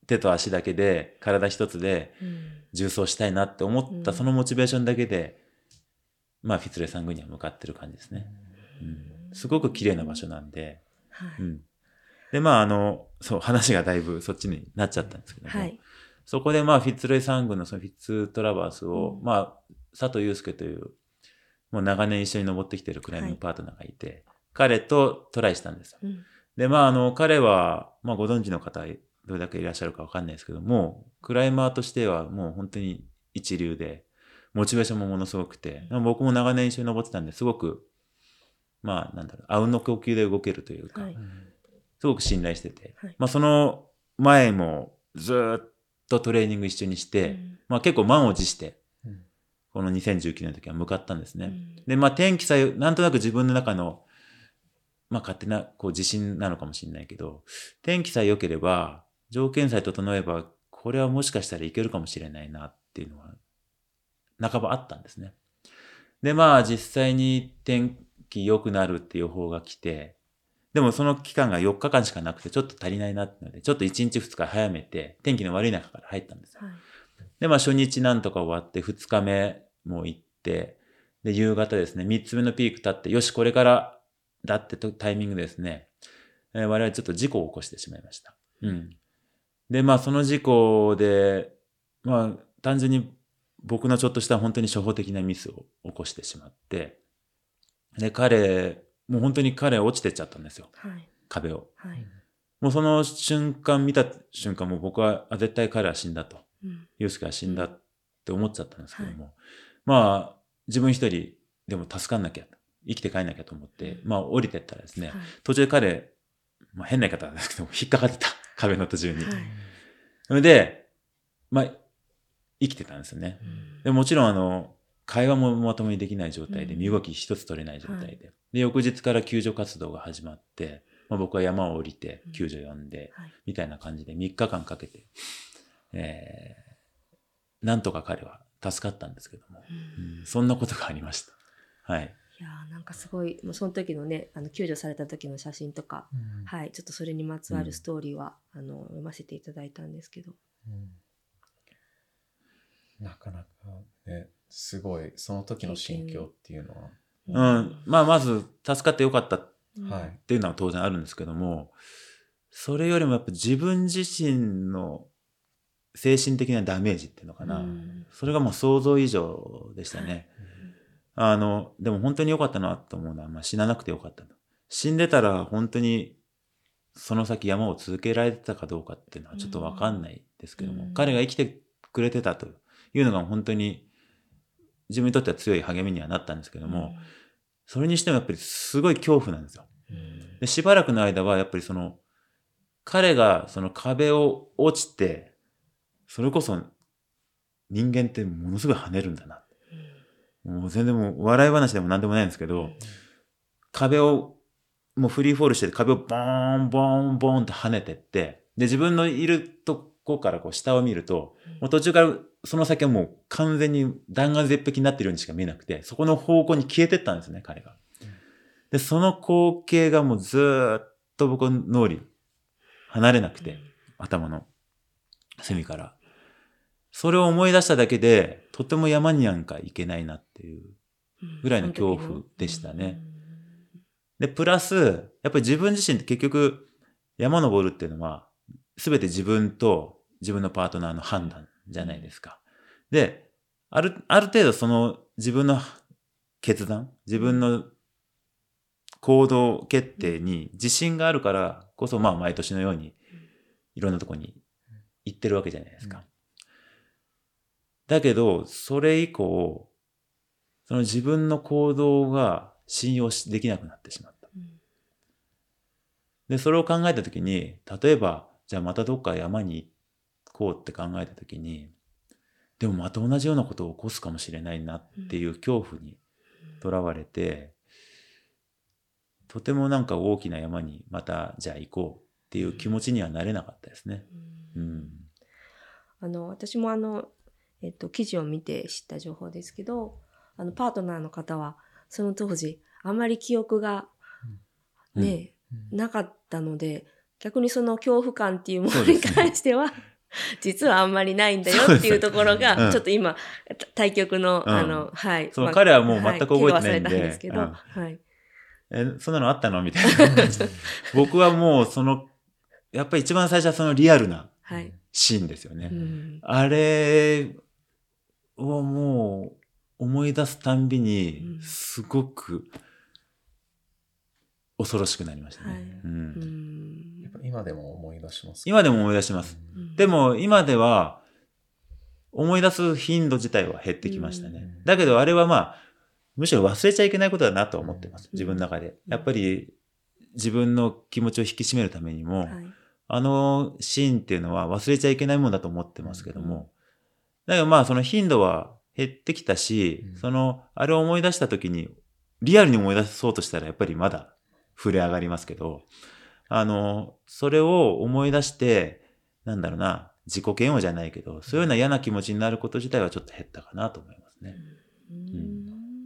手と足だけで体一つで縦走したいなって思った、うん、そのモチベーションだけで、まあ、フィッツ・レイ山宮には向かってる感じですね。うん、すごく綺麗な場所なんで、はい、うん、でまああのそう話がだいぶそっちになっちゃったんですけども、はい、そこでまあフィッツ・レイ山宮のそのフィッツ・トラバースを、うん、まあ佐藤祐介というもう長年一緒に登ってきてるクライミングパートナーがいて、はい、彼とトライしたんですよ。うん、でまああの彼は、まあ、ご存知の方どれだけいらっしゃるか分かんないですけども、クライマーとしてはもう本当に一流でモチベーションもものすごくて、僕も長年一緒に登ってたんですごくまあなんだろう、あうんの呼吸で動けるというか、はい、すごく信頼してて、はい、まあその前もずっとトレーニング一緒にして、うん、まあ結構満を持して、うん、このにせんじゅうきゅうねんの時は向かったんですね。うん、でまあ天気さえなんとなく自分の中のまあ勝手なこう自信なのかもしれないけど、天気さえ良ければ条件さえ整えばこれはもしかしたらいけるかもしれないなっていうのは半ばあったんですね。でまあ実際に天気良くなるって予報が来て、でもその期間がよっかかんしかなくてちょっと足りないなってので、ちょっといちにちふつか早めて天気の悪い中から入ったんですよ。はい、でまあ初日なんとか終わってふつかめも行って、で夕方ですねみっつめのピーク立って、よしこれからだってタイミングですね、えー、我々ちょっと事故を起こしてしまいました。うん。でまあその事故でまあ単純に僕のちょっとした本当に初歩的なミスを起こしてしまって、で彼もう本当に彼落ちてっちゃったんですよ、はい、壁を、はい、もうその瞬間見た瞬間もう僕はあ絶対彼は死んだと、うん、祐介は死んだって思っちゃったんですけども、はい、まあ自分一人でも助かんなきゃ、生きて帰んなきゃと思って、うん、まあ降りてったらですね、はい、途中で彼、まあ、変な言い方なんですけど引っかかってた壁の途中に、はい、それでまあ生きてたんですよね。うん、でもちろんあの会話もまともにできない状態で、身動き一つ取れない状態で、うんはい、で翌日から救助活動が始まって、まあ、僕は山を降りて救助呼んで、うんはい、みたいな感じでみっかかんかけて、えー、なんとか彼は助かったんですけども、うんうん、そんなことがありました。はい。 いやーなんかすごいもうその時のねあの救助された時の写真とか、うん、はいちょっとそれにまつわるストーリーは、うん、あの読ませていただいたんですけど、うんなかなかね、すごい、その時の心境っていうのは。 うん、まあ、まず、助かってよかったっていうのは当然あるんですけども、それよりもやっぱ自分自身の精神的なダメージっていうのかな。うん、それがもう想像以上でしたね。うん、あの、でも本当に良かったなと思うのは、まあ、死ななくてよかったと。死んでたら本当にその先山を続けられてたかどうかっていうのはちょっとわかんないですけども、うん、彼が生きてくれてたというのが本当に自分にとっては強い励みにはなったんですけども、うん、それにしてもやっぱりすごい恐怖なんですよ。うん、でしばらくの間はやっぱりその彼がその壁を落ちて、それこそ人間ってものすごい跳ねるんだな、うん、もう全然もう笑い話でも何でもないんですけど、うん、壁をもうフリーフォールして壁をボーンボーンボーンって跳ねてって、で自分のいるとこからこう下を見ると、もう途中からその先はもう完全に弾丸絶壁になってるようにしか見えなくて、そこの方向に消えてったんですね、彼が。で、その光景がもうずーっと僕の脳裏離れなくて、頭の隅から。それを思い出しただけで、とても山になんか行けないなっていうぐらいの恐怖でしたね。で、プラス、やっぱり自分自身って結局山登るっていうのは、すべて自分と自分のパートナーの判断じゃないですか。で、ある、ある程度その自分の決断、自分の行動決定に自信があるからこそ、まあ毎年のようにいろんなとこに行ってるわけじゃないですか。うん、だけど、それ以降、その自分の行動が信用できなくなってしまった。うん、で、それを考えたときに、例えば、じゃあまたどっか山に行こうって考えたときに、でもまた同じようなことを起こすかもしれないなっていう恐怖にとらわれて、とてもなんか大きな山にまたじゃあ行こうっていう気持ちにはなれなかったですね。うんうん、 あの私もあの、えっと、記事を見て知った情報ですけど、あのパートナーの方はその当時あんまり記憶がね、うん、なかったので、逆にその恐怖感っていうものに関しては、ね、 実はあんまりないんだよそうですっていうところが、 うんちょっと今、対局の、 うんあの、はい。 そう、 まあ彼はもう全く覚えてないんはい、怪我はされたんで、 ですけど、 うんはい。 え、そんなのあったのみたいな感じで。僕はもうその、やっぱり一番最初はそのリアルなはい。 シーンですよね。 うんあれをもう思い出すたんびうにん、 すごく恐ろしくなりましたね。 はいうんうんやっぱ今でも思い出します。 今でも思い出します。 うんでも今では思い出す頻度自体は減ってきましたね。 うんだけどあれはまあ、むしろ忘れちゃいけないことだなと思ってます。 うん自分の中で。 うんやっぱり自分の気持ちを引き締めるためにも、 はい。 あのシーンっていうのは忘れちゃいけないもんだと思ってますけども、だけどまあその頻度は減ってきたし、 うんそのあれを思い出した時にリアルに思い出そうとしたらやっぱりまだ触れ上がりますけど、あのそれを思い出してなんだろうな、自己嫌悪じゃないけど、そういうような嫌な気持ちになること自体はちょっと減ったかなと思いますね。 うん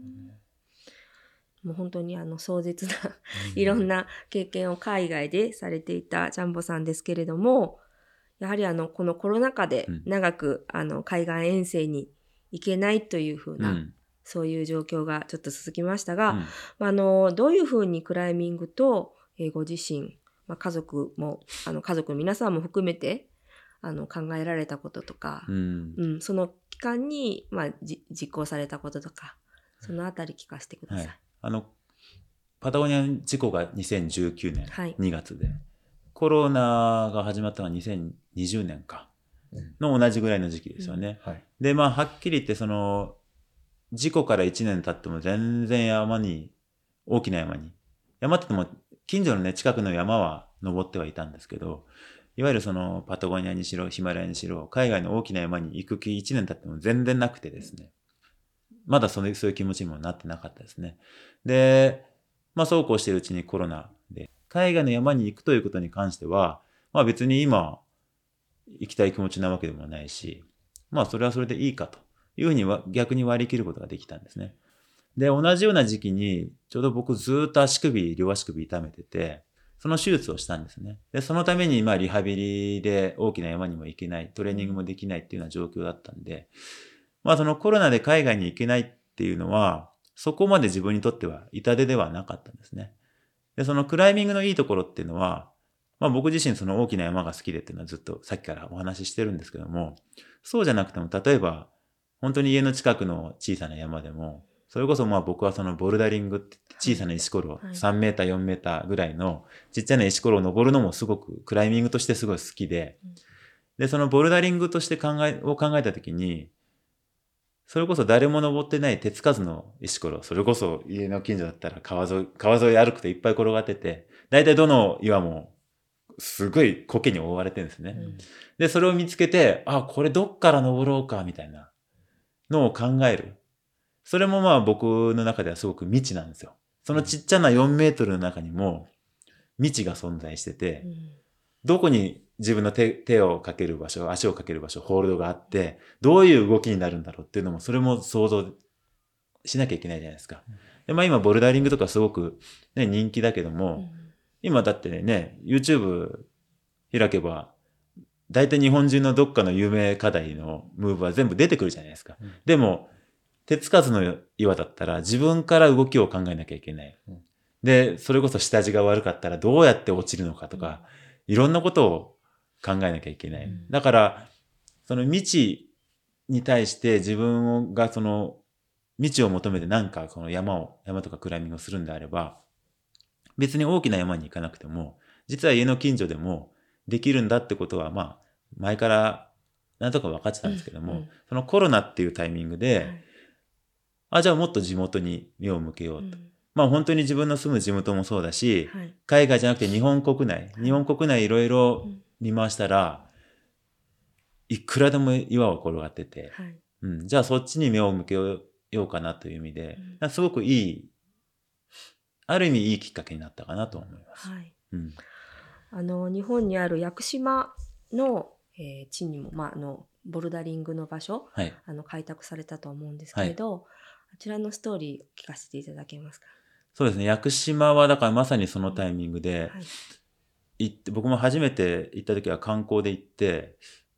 もう本当にあの壮絶な、いろんな経験を海外でされていたジャンボさんですけれども、やはりあのこのコロナ禍でうん長くあの海岸遠征に行けないというふうな、 うんそういう状況がちょっと続きましたが、 うんまああのどういうふうにクライミングと、えーご自身、まあ、家族もあの家族の皆さんも含めてあの考えられたこととか、 うんうんその期間に、まあ、じ実行されたこととか、そのあたり聞かせてください。 はい、あのパタゴニア事故がにせんじゅうきゅうねんはいにがつで、コロナが始まったのはにせんにじゅうねんかの同じぐらいの時期ですよね。 はい。 でまあはっきり言ってその事故からいちねん経っても全然山に大きな山に山って言っても近所のね近くの山は登ってはいたんですけど、いわゆるそのパタゴニアにしろヒマラヤにしろ海外の大きな山に行く気いちねん経っても全然なくてですね、まだそのそういう気持ちにもなってなかったですね。でまあそうこうしているうちにコロナで海外の山に行くということに関してはまあ別に今行きたい気持ちなわけでもないし、まあそれはそれでいいかというふうには逆に割り切ることができたんですね。で同じような時期にちょうど僕ずっと足首両足首痛めてて、その手術をしたんですね。でそのためにまあリハビリで大きな山にも行けない、トレーニングもできないっていうような状況だったんで、まあそのコロナで海外に行けないっていうのはそこまで自分にとっては痛手ではなかったんですね。でそのクライミングのいいところっていうのは、まあ、僕自身その大きな山が好きでっていうのはずっとさっきからお話ししてるんですけども、そうじゃなくても例えば本当に家の近くの小さな山でも、それこそまあ僕はそのボルダリングって小さな石ころ、 はいさんメーターよんメーターぐらいのちっちゃな石ころを登るのもすごくクライミングとしてすごい好きで、でそのボルダリングとして考えを考えた時に、それこそ誰も登ってない手つかずの石ころ、それこそ家の近所だったら川沿い、川沿い歩くといっぱい転がってて、大体どの岩もすごい苔に覆われてるんですね。 うんで、それを見つけて、あ、これどっから登ろうかみたいなのを考える。それもまあ僕の中ではすごく未知なんですよ。そのちっちゃなよんメートルの中にも未知が存在してて、 うんどこに自分の 手, 手をかける場所、足をかける場所、ホールドがあって、どういう動きになるんだろうっていうのも、それも想像しなきゃいけないじゃないですか。でまあ今、ボルダリングとかすごく、ね、人気だけども、 うん今だってね、YouTube 開けば、大体日本中のどっかの有名課題のムーブは全部出てくるじゃないですか。 うんでも、手つかずの岩だったら自分から動きを考えなきゃいけない。 うんで、それこそ下地が悪かったらどうやって落ちるのかとか、いろんなことを考えなきゃいけない。 うんだから、その未知に対して自分がその未知を求めて何かこの山を、山とかクライミングをするんであれば、別に大きな山に行かなくても、実は家の近所でもできるんだってことは、まあ、前から何とか分かってたんですけども、 うんうんそのコロナっていうタイミングで、 はいあ、じゃあもっと地元に目を向けようと。 うんまあ本当に自分の住む地元もそうだし、 はい海外じゃなくて日本国内、日本国内いろいろうん見回したら、いくらでも岩は転がってて、 はいうん、じゃあそっちに目を向けようかなという意味で、 うんすごくいい、ある意味いいきっかけになったかなと思います。 はいうんあの日本にある屋久島の、えー地にも、まあ、あのボルダリングの場所はい。 あの開拓されたと思うんですけれど、あちらのストーリー聞かせていただけますか。 そうですね。屋久島はだからまさにそのタイミングではい行って、僕も初めて行った時は観光で行って、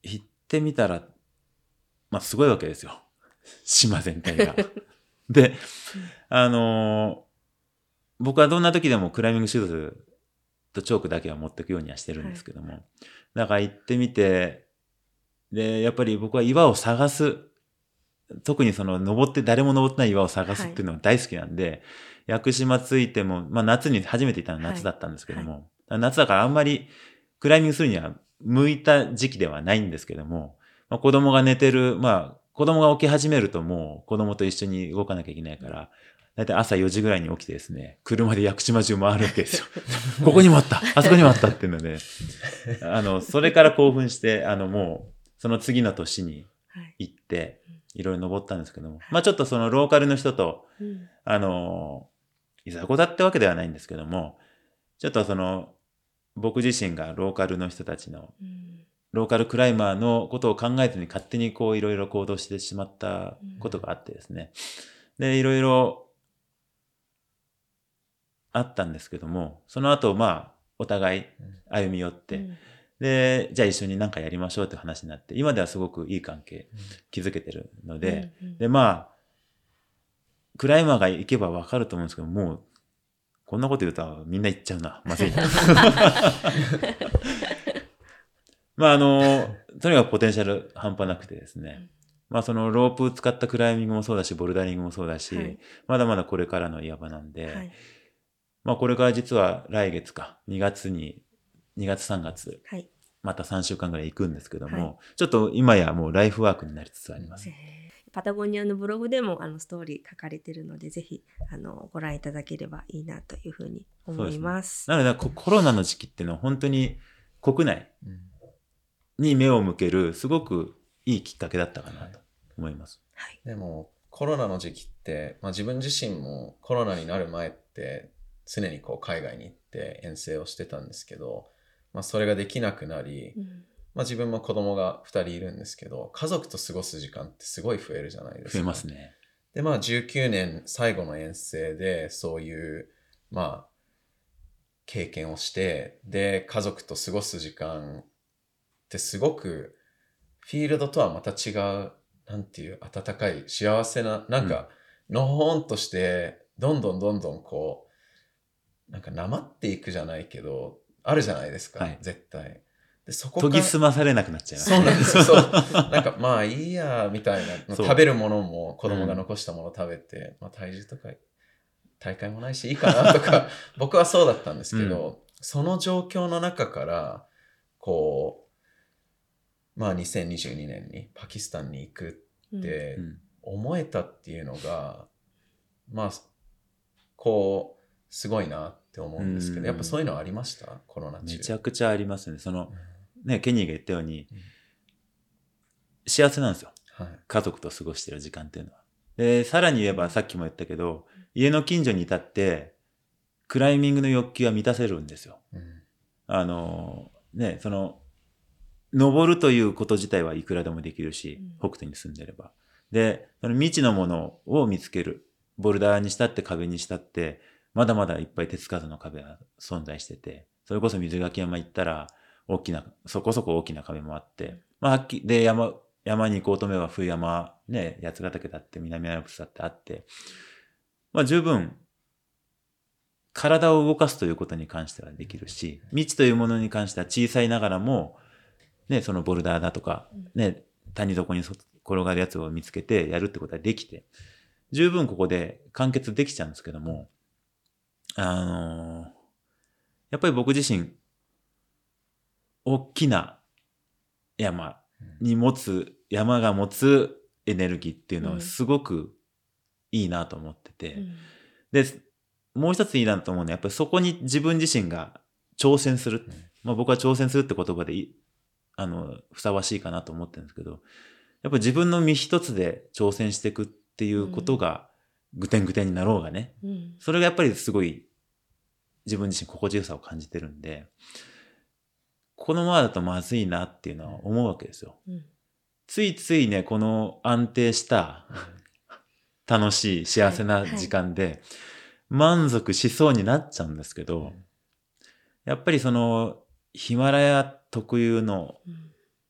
行ってみたら、まあすごいわけですよ。島全体が。で、あのー僕はどんな時でもクライミングシューズとチョークだけは持っていくようにはしてるんですけども、はい、だから行ってみて、で、やっぱり僕は岩を探す、特にその登って誰も登ってない岩を探すっていうのが大好きなんで、はい、屋久島着いても、まあ夏に初めて行ったのは夏だったんですけども、はいはい、夏だからあんまりクライミングするには向いた時期ではないんですけども、まあ、子供が寝てる、まあ子供が起き始めるともう子供と一緒に動かなきゃいけないから、だいたい朝よじぐらいに起きてですね、車で屋久島中回るわけですよ。ここにもあったあそこにもあったっていうので、あの、それから興奮して、あのもう、その次の年に行って、はい、いろいろ登ったんですけども、はい、まあちょっとそのローカルの人と、うん、あの、いざこざってわけではないんですけども、ちょっとその、僕自身がローカルの人たちの、うん、ローカルクライマーのことを考えずに勝手にこういろいろ行動してしまったことがあってですね。で、いろいろあったんですけども、その後、まあ、お互い歩み寄って、うん、で、じゃあ一緒に何かやりましょうって話になって、今ではすごくいい関係築けてるので、うんうん、で、まあ、クライマーが行けばわかると思うんですけど、もう、こんなこと言うとみんな行っちゃうな。まずいな。まあ、あの、とにかくポテンシャル半端なくてですね。まあ、そのロープ使ったクライミングもそうだし、ボルダリングもそうだし、はい、まだまだこれからの岩場なんで、はい、まあ、これから実は来月か、にがつに、にがつさんがつ、はい、またさんしゅうかんぐらい行くんですけども、はい、ちょっと今やもうライフワークになりつつあります。 パタゴニアのブログでもあのストーリー書かれてるので、ぜひあのご覧いただければいいなというふうに思います。 なのでコロナの時期っていうのは本当に国内に目を向けるすごくいいきっかけだったかなと思います。 はい、でもコロナの時期って、まあ、自分自身もコロナになる前って常にこう海外に行って遠征をしてたんですけど、まあ、それができなくなり、うん、まあ、自分も子供がふたりいるんですけど、家族と過ごす時間ってすごい増えるじゃないですか。 増えますね。 で、まあじゅうきゅうねん最後の遠征でそういうまあ経験をして、で家族と過ごす時間ってすごくフィールドとはまた違う、なんていう温かい幸せな、なんかのほほんとしてどんどんどんどんこうなんかなまっていくじゃないけどあるじゃないですか、はい、絶対。でそこ研ぎ澄まされなくなっちゃいます。 そうなんですよ。そうなんかまあいいやみたいな、食べるものも子供が残したもの食べて、うん、まあ、体重とか大会もないしいいかなとか僕はそうだったんですけど、うん、その状況の中からこうまあにせんにじゅうにねんにパキスタンに行くって思えたっていうのが、うん、まあこうすごいなって思うんですけど、うん、やっぱそういうのありました？コロナ中。 めちゃくちゃありますね。その、うん、ね、ケニーが言ったように、うん、幸せなんですよ、はい、家族と過ごしてる時間っていうのは。でさらに言えばさっきも言ったけど、家の近所にいたってクライミングの欲求は満たせるんですよ、うん、あのね、その登るということ自体はいくらでもできるし、うん、北斗に住んでれば。でその未知のものを見つける、ボルダーにしたって壁にしたってまだまだいっぱい手つかずの壁が存在してて、それこそ水垣山行ったら大きな、そこそこ大きな壁もあって、まあ、はっきりで山山に行こうと思えば冬山ね、八ヶ岳だって南アルプスだってあって、まあ十分体を動かすということに関してはできるし、未知というものに関しては小さいながらもね、そのボルダーだとかね、谷底に転がるやつを見つけてやるってことはできて、十分ここで完結できちゃうんですけども、あのー、やっぱり僕自身大きな山に持つ、山が持つエネルギーっていうのはすごくいいなと思ってて、うん、でもう一ついいなと思うのはやっぱりそこに自分自身が挑戦する、うん、まあ、僕は挑戦するって言葉でいあのふさわしいかなと思ってるんですけど、やっぱり自分の身一つで挑戦していくっていうことが、うん、ぐてんぐてんになろうがね、うん、それがやっぱりすごい自分自身心地よさを感じてるんで、このままだとまずいなっていうのは思うわけですよ、うん、ついついね、この安定した楽しい幸せな時間で満足しそうになっちゃうんですけど、やっぱりそのヒマラヤ特有の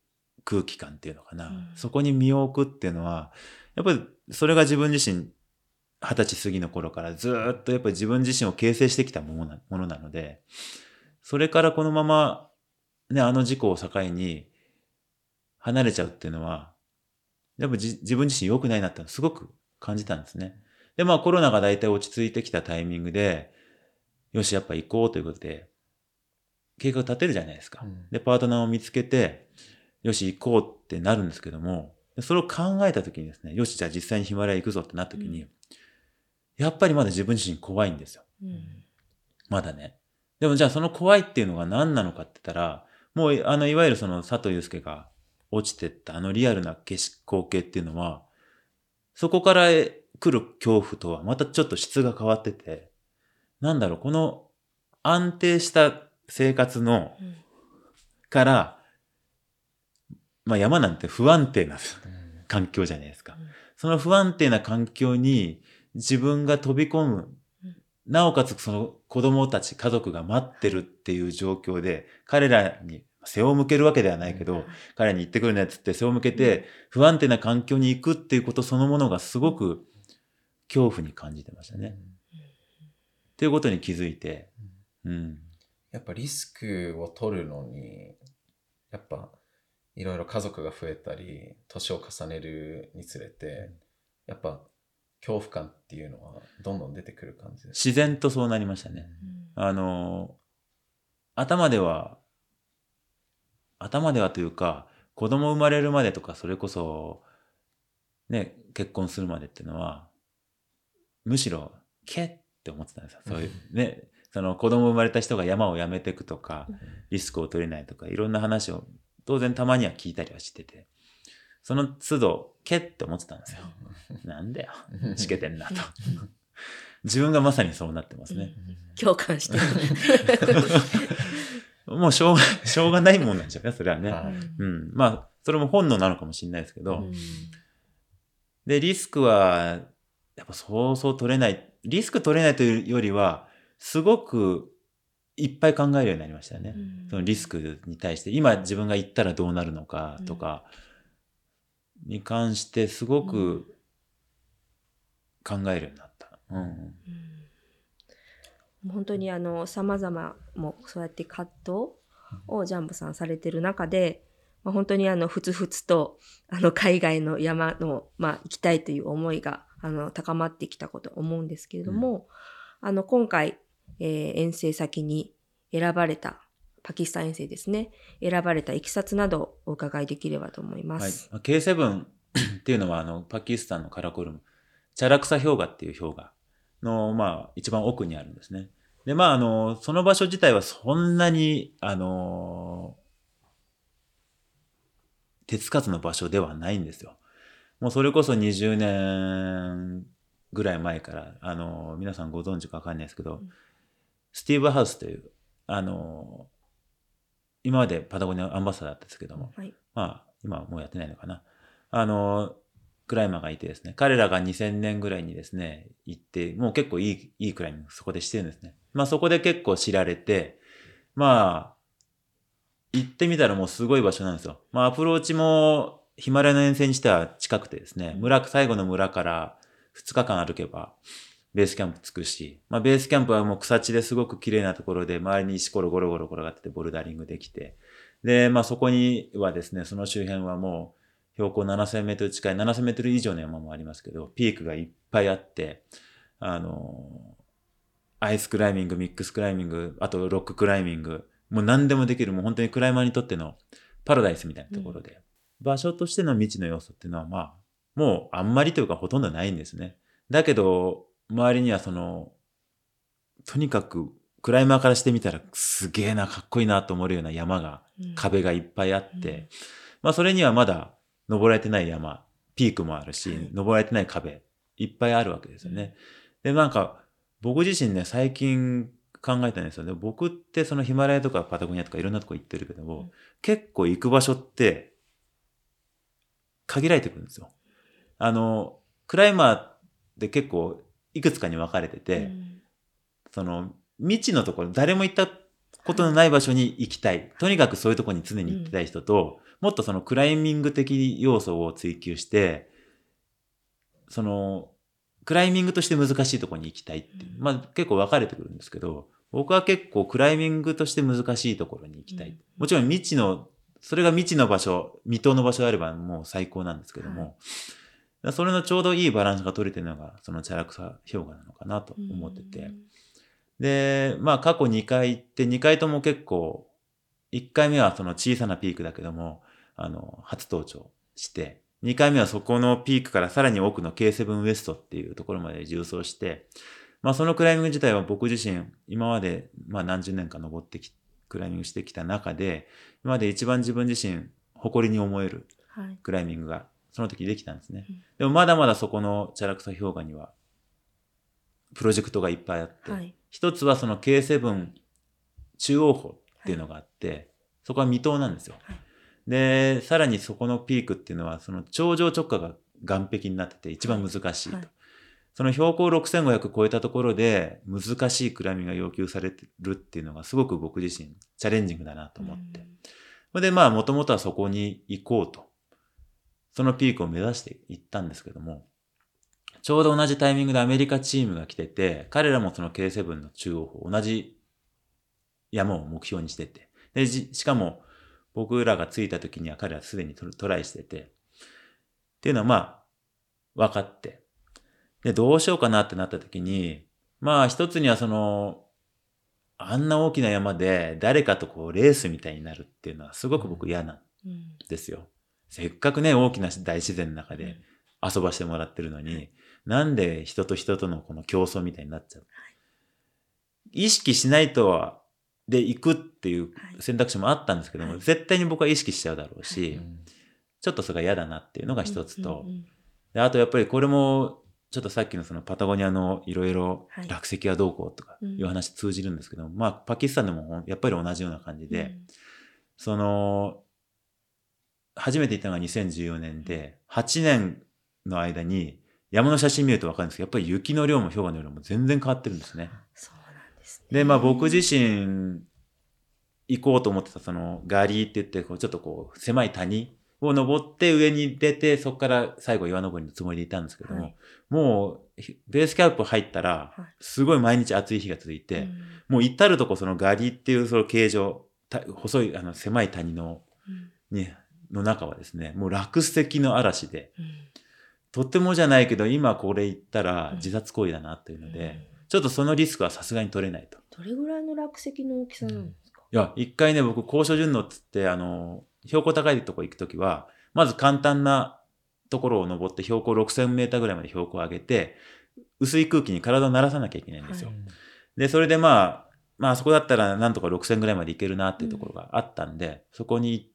空気感っていうのかな、 うん、 そこに身を置くっていうのはやっぱりそれが自分自身二十歳過ぎの頃からずっとやっぱり自分自身を形成してきたものな、ものなので、それからこのままね、あの事故を境に離れちゃうっていうのはやっぱり自分自身良くないなってすごく感じたんですね。でまあコロナが大体落ち着いてきたタイミングでよしやっぱ行こうということで計画立てるじゃないですか、うん、でパートナーを見つけてよし行こうってなるんですけども、それを考えた時にですね、よしじゃあ実際にヒマラヤ行くぞってなった時に、うん、やっぱりまだ自分自身怖いんですよ、うん、まだね。でもじゃあその怖いっていうのが何なのかって言ったら、もうあのいわゆるその佐藤祐介が落ちてったあのリアルな景色光景っていうのはそこから来る恐怖とはまたちょっと質が変わってて、なんだろう、この安定した生活の、うん、から、まあ山なんて不安定な、うん、環境じゃないですか、うん。その不安定な環境に自分が飛び込む、うん、なおかつその子供たち、家族が待ってるっていう状況で、彼らに背を向けるわけではないけど、うん、彼に行ってくるねっつって背を向けて、不安定な環境に行くっていうことそのものがすごく恐怖に感じてましたね。うん、っていうことに気づいて、うん、 やっぱリスクを取るのに、やっぱいろいろ家族が増えたり、年を重ねるにつれて、やっぱ恐怖感っていうのはどんどん出てくる感じです。 自然とそうなりましたね。うん、あの、頭では、頭ではというか、子供生まれるまでとか、それこそ、ね、結婚するまでっていうのは、むしろ、けって思ってたんですよ。そういうね、その子供生まれた人が山をやめていくとか、リスクを取れないとか、いろんな話を当然たまには聞いたりはしてて、その都度、けって思ってたんですよ。なんだよ、しけてんなと。自分がまさにそうなってますね。 共感してる。もうしょうが、しょうがないもんなんでしょうね、それはね。はい、うん。まあ、それも本能なのかもしれないですけど、うん、で、リスクは、やっぱそうそう取れない。リスク取れないというよりは、すごくいっぱい考えるようになりましたね。うん、そのリスクに対して、今自分が言ったらどうなるのかとかに関してすごく考えるようになった。うんうんうん、本当にあの様々もそうやって葛藤をジャンボさんされてる中で、まあ、本当にあのふつふつとあの海外の山の、まあ、行きたいという思いがあの高まってきたこと思うんですけれども、うん、あの今回、えー、遠征先に選ばれたパキスタン遠征ですね、選ばれたいきさつなどお伺いできればと思います。 はい、ケーセブン っていうのはあのパキスタンのカラコルムチャラクサ氷河っていう氷河の、まあ、一番奥にあるんですね。でまああのその場所自体はそんなにあの手つかずの場所ではないんですよ。もうそれこそにじゅうねんぐらい前から、あの、皆さんご存知かわかんないですけど、うん、スティーブ・ハウスという、あの、今までパタゴニアアンバサダーだったんですけども、はい、まあ、今はもうやってないのかな。あの、クライマーがいてですね、彼らがにせんねんぐらいにですね、行って、もう結構いい、いいクライミングそこでしてるんですね。まあそこで結構知られて、まあ、行ってみたらもうすごい場所なんですよ。まあアプローチもヒマラヤの遠征にしては近くてですね、村、最後の村からふつかかん歩けばベースキャンプ着くし、まあベースキャンプはもう草地ですごく綺麗なところで周りに石ころゴロゴロ転がっててボルダリングできて、で、まあそこにはですね、その周辺はもう標高ななせんメートル近い、ななせんメートル以上の山もありますけど、ピークがいっぱいあって、あの、アイスクライミング、ミックスクライミング、あとロッククライミング、もう何でもできる、もう本当にクライマーにとってのパラダイスみたいなところで、うん、場所としての未知の要素っていうのはまあ、もうあんまりというかほとんどないんですね。だけど、周りにはその、とにかくクライマーからしてみたらすげえな、かっこいいなと思うような山が、うん、壁がいっぱいあって、うん、まあそれにはまだ登られてない山、ピークもあるし、はい、登られてない壁、いっぱいあるわけですよね。うん、で、なんか、僕自身ね、最近考えたんですよね。僕ってそのヒマラヤとかパタゴニアとかいろんなとこ行ってるけども、うん、結構行く場所って限られてくるんですよ。あの、クライマーって結構いくつかに分かれてて、うん、その未知のところ、誰も行ったことのない場所に行きたい。とにかくそういうところに常に行ってたい人と、もっとそのクライミング的要素を追求して、その、クライミングとして難しいところに行きたいっていう。まあ結構分かれてくるんですけど、僕は結構クライミングとして難しいところに行きたい。もちろん未知の、それが未知の場所、未踏の場所であればもう最高なんですけども、はい、それのちょうどいいバランスが取れてるのが、そのチャラクサ氷河なのかなと思ってて。で、まあ過去にかい行って、にかいとも結構、いっかいめはその小さなピークだけども、あの、初登頂して、にかいめはそこのピークからさらに奥の ケーセブン ウエストっていうところまで縦走して、まあそのクライミング自体は僕自身、今までまあ何十年か登ってき、クライミングしてきた中で、今まで一番自分自身誇りに思えるクライミングがその時できたんですね。はい、でもまだまだそこのチャラクサ氷河にはプロジェクトがいっぱいあって、はい、一つはその ケーセブン 中央峰っていうのがあって、はい、そこは未踏なんですよ。はい、で、さらにそこのピークっていうのはその頂上直下が岸壁になってて一番難しいと。はいはい、その標高ろくせんごひゃく超えたところで難しいクライミングが要求されてるっていうのがすごく僕自身チャレンジングだなと思って。それでまあもともとはそこに行こうと。そのピークを目指していったんですけども、ちょうど同じタイミングでアメリカチームが来てて、彼らもその ケーセブン の中央峰、同じ山を目標にしてて、で、しかも僕らが着いた時には彼らすでにトライしてて、っていうのはまあ分かって、で、どうしようかなってなった時に、まあ一つにはその、あんな大きな山で誰かとこうレースみたいになるっていうのはすごく僕嫌なんですよ。うん、せっかくね、大きな大自然の中で遊ばしてもらってるのに、うん、なんで人と人とのこの競争みたいになっちゃう。意識しないとは、で行くっていう選択肢もあったんですけども、はい、絶対に僕は意識しちゃうだろうし、はい、ちょっとそれが嫌だなっていうのが一つと、うんうんうん、であとやっぱりこれも、ちょっとさっきのそのパタゴニアのいろいろ落石はどうこうとかいう話通じるんですけど、はい、うん、まあパキスタンでもやっぱり同じような感じで、うん、その、初めて行ったのがにせんじゅうよねんで、はちねんの間に山の写真見ると分かるんですけど、やっぱり雪の量も氷河の量も全然変わってるんですね。 そうなんですね。 で、まあ僕自身行こうと思ってたそのガリーって言ってこうちょっとこう狭い谷を登って上に出て、そこから最後岩登りのつもりでいたんですけども、はい、もうベースキャンプ入ったらすごい毎日暑い日が続いて、はい、もう至るとこそのガリーっていうその形状、細いあの狭い谷の、うん、にの中はですね、もう落石の嵐で、うん、とてもじゃないけど今これ言ったら自殺行為だなというので、うん、ちょっとそのリスクはさすがに取れないと。 どれぐらいの落石の大きさなんですか？ いや、一回ね、僕高所順応っつってあの標高高いとこ行くときは、まず簡単なところを登って標高ろくせんメーターぐらいまで標高を上げて、薄い空気に体を慣らさなきゃいけないんですよ。はい、で、それでまあ、まあそこだったらなんとかろくせんぐらいまで行けるなっていうところがあったんで、うん、そこに行って、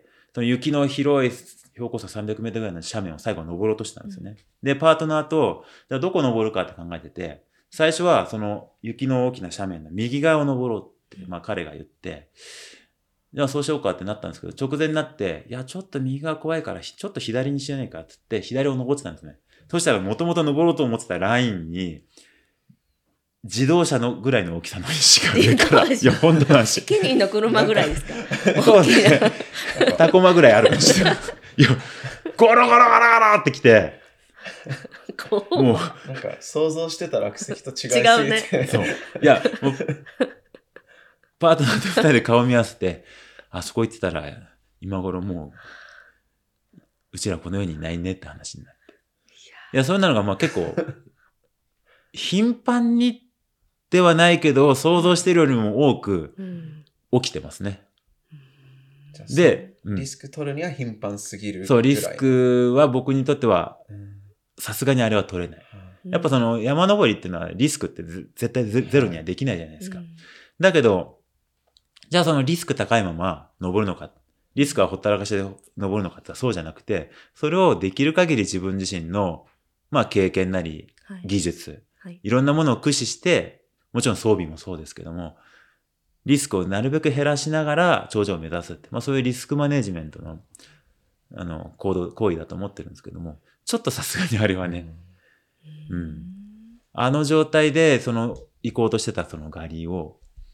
その雪の広い標高差さんびゃくメートルぐらいの斜面を最後登ろうとしたんですよね。うん、で、パートナーと、じゃあどこ登るかって考えてて、最初はその雪の大きな斜面の右側を登ろうって、まあ彼が言って、じゃあそうしようかってなったんですけど、直前になって、いや、ちょっと右側怖いから、ちょっと左にしないかって言って、左を登ってたんですね。そしたら、もともと登ろうと思ってたラインに、自動車のぐらいの大きさの石が上から、いや、本当の話。 ケニーの車ぐらいですか？ そうですね。タコマぐらいあるかもしれない。いや、ゴロゴロゴロゴロってきて、 もう、なんか想像してた落石と違いすぎて。違うね。 そう。いや、もう、パートナーと二人で顔見合わせて、あそこ行ってたら、今頃もう、うちらこの世にいないねって話になって。いや、そういうのがまあ結構、頻繁にではないけど、想像してるよりも多く起きてますね。 うん、で、リスク取るには頻繁すぎるぐらい。 そう、リスクは僕にとっては、さすがにあれは取れない。うん、やっぱその山登りっていうのはリスクって絶対ゼロにはできないじゃないですか。うん、だけど、じゃあそのリスク高いまま登るのか、リスクはほったらかしで登るのかってそうじゃなくて、それをできる限り自分自身の、まあ経験なり、技術、はいはい、いろんなものを駆使して、もちろん装備もそうですけども、リスクをなるべく減らしながら頂上を目指すって、まあそういうリスクマネジメントの、あの、行動、行為だと思ってるんですけども、ちょっとさすがにあれはね、うん。あの状態で、その、行こうとしてたそのガリを、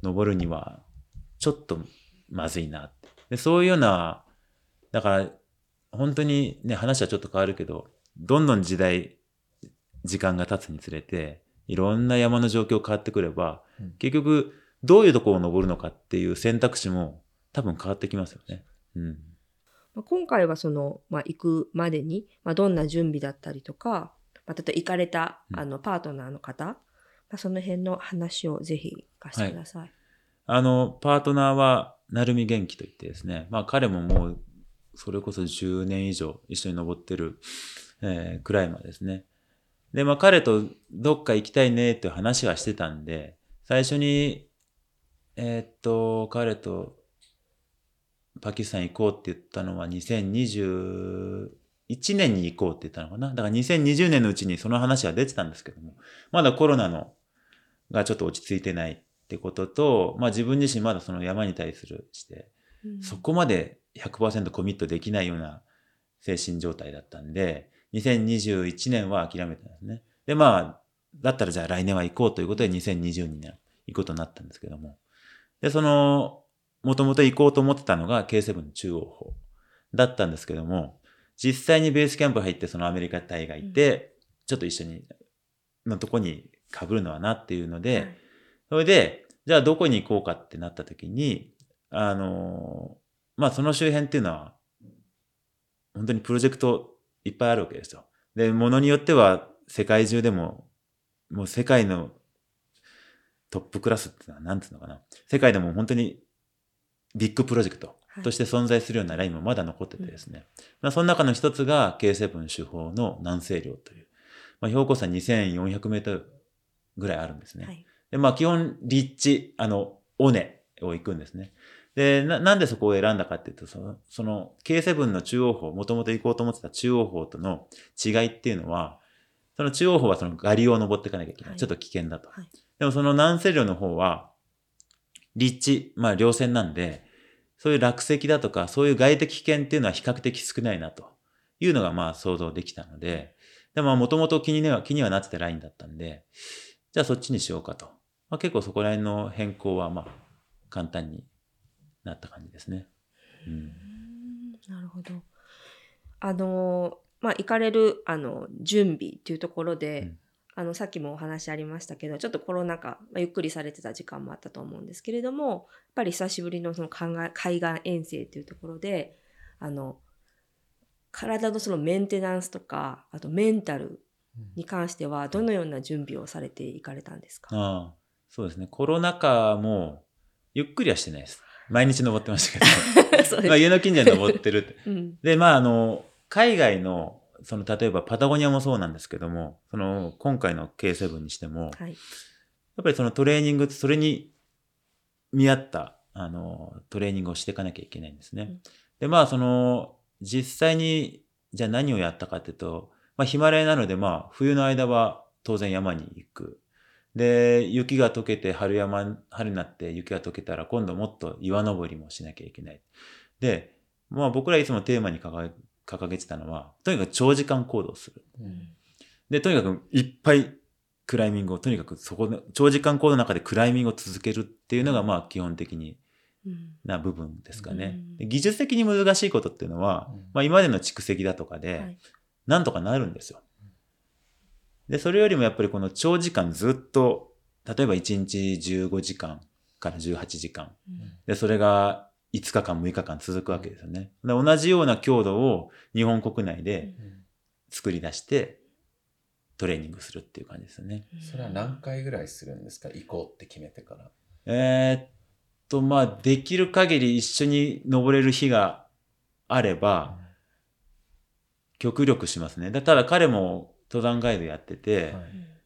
登るにはちょっとまずいなって。でそういうような、だから本当にね、話はちょっと変わるけど、どんどん時代時間が経つにつれていろんな山の状況変わってくれば、うん、結局どういうところを登るのかっていう選択肢も多分変わってきますよね。うん、 今回はその、まあ、行くまでに、まあ、どんな準備だったりとか、まあ、例えば行かれたあのパートナーの方、うん、まあ、その辺の話をぜひ聞かせてください。はい、 あのパートナーは成海元気といってですね、まあ、彼ももうそれこそじゅうねん以上一緒に登ってる、えー、クライマーですね。で、まあ、彼とどっか行きたいねっていう話はしてたんで、最初にえー、っと彼とパキスタン行こうって言ったのはにせんにじゅういちねんに行こうって言ったのかな。だからにせんにじゅうねんのうちにその話は出てたんですけども、まだコロナのがちょっと落ち着いてないってことと、まあ自分自身まだその山に対するして、うん、そこまで ひゃくパーセント コミットできないような精神状態だったんで、にせんにじゅういちねんは諦めてたんですね。で、まあ、だったらじゃあ来年は行こうということでにせんにじゅうにねん行くことになったんですけども。で、その、もともと行こうと思ってたのが ケーセブン の中央峰だったんですけども、実際にベースキャンプ入ってそのアメリカ隊がいて、うん、ちょっと一緒にのとこに被るのはなっていうので、はい、それで、じゃあどこに行こうかってなった時に、あの、まあその周辺っていうのは、本当にプロジェクトいっぱいあるわけですよ。で、ものによっては世界中でも、もう世界のトップクラスってのは何ていうのかな。世界でも本当にビッグプロジェクトとして存在するようなラインもまだ残っててですね。はい、まあ、その中の一つが ケーセブン 主峰の南西稜という、まあ、標高差にせんよんひゃくメートルぐらいあるんですね。はい、で、まあ基本立地、あの、尾根を行くんですね。で、な、なんでそこを選んだかっていうと、その、その ケーセブン の中央峰、もともと行こうと思ってた中央峰との違いっていうのは、その中央峰はそのガリを登っていかなきゃいけない。はい、ちょっと危険だと。はい、でもその南西稜の方は、立地、まあ稜線なんで、そういう落石だとか、そういう外的危険っていうのは比較的少ないなというのがまあ想像できたので、でももともと気には、気にはなってたラインだったんで、じゃあそっちにしようかと。まあ、結構そこら辺の変更はまあ簡単になった感じですね。うん、 なるほど。あの、まあ、行かれるあの準備っていうところで、うん、あのさっきもお話ありましたけど、ちょっとコロナ禍、まあ、ゆっくりされてた時間もあったと思うんですけれども、やっぱり久しぶりのその海岸遠征っていうところで、あの体のそのメンテナンスとか、あとメンタルに関してはどのような準備をされていかれたんですか？ ああ、そうですね。コロナ禍もゆっくりはしてないです。毎日登ってましたけど、そうですまあ家の近所に登ってる、うん、でまああの海外のその例えばパタゴニアもそうなんですけども、その今回の ケーセブン にしても、はい、やっぱりそのトレーニング、それに見合ったあのトレーニングをしていかなきゃいけないんですね。うん、でまあその実際にじゃあ何をやったかっていうと、まあ、ヒマラヤなのでまあ冬の間は当然山に行く。で雪が溶けて春山春になって雪が溶けたら今度もっと岩登りもしなきゃいけない。でまあ僕らいつもテーマに掲げ掲げてたのはとにかく長時間行動する。うん、でとにかくいっぱいクライミングをとにかくそこの長時間行動の中でクライミングを続けるっていうのがまあ基本的にな部分ですかね。うん、で技術的に難しいことっていうのは、うんまあ、今までの蓄積だとかでなんとかなるんですよ。でそれよりもやっぱりこの長時間ずっと例えばいちにちじゅうごじかんからじゅうはちじかん、うん、でそれがいつかかんむいかかん続くわけですよね。で同じような強度を日本国内で作り出してトレーニングするっていう感じですよね。 それは何回ぐらいするんですか、行こうって決めてから。 えー、っとまあできる限り一緒に登れる日があれば、うん、極力しますね。だただ彼も登山ガイドやってて、はい、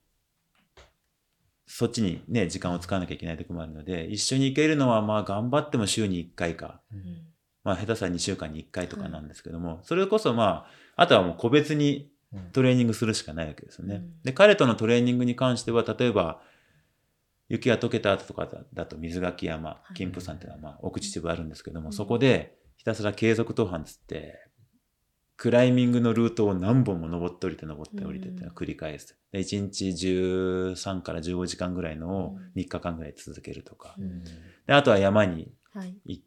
そっちにね時間を使わなきゃいけない時もあるので、一緒に行けるのはまあ頑張っても週にいっかいか、うん、まあ下手したらにしゅうかんにいっかいとかなんですけども、うん、それこそまああとはもう個別にトレーニングするしかないわけですよね。うん、で彼とのトレーニングに関しては例えば雪が溶けた後とかだと水垣山、金峰山っていうのはまあ奥秩父あるんですけども、うん、そこでひたすら継続登攀つってクライミングのルートを何本も登って降りて登って降りてっていうのを繰り返す。でいちにちじゅうさんからじゅうごじかんぐらいのをみっかかんぐらい続けるとか。 うん、 であとは山にはい行って、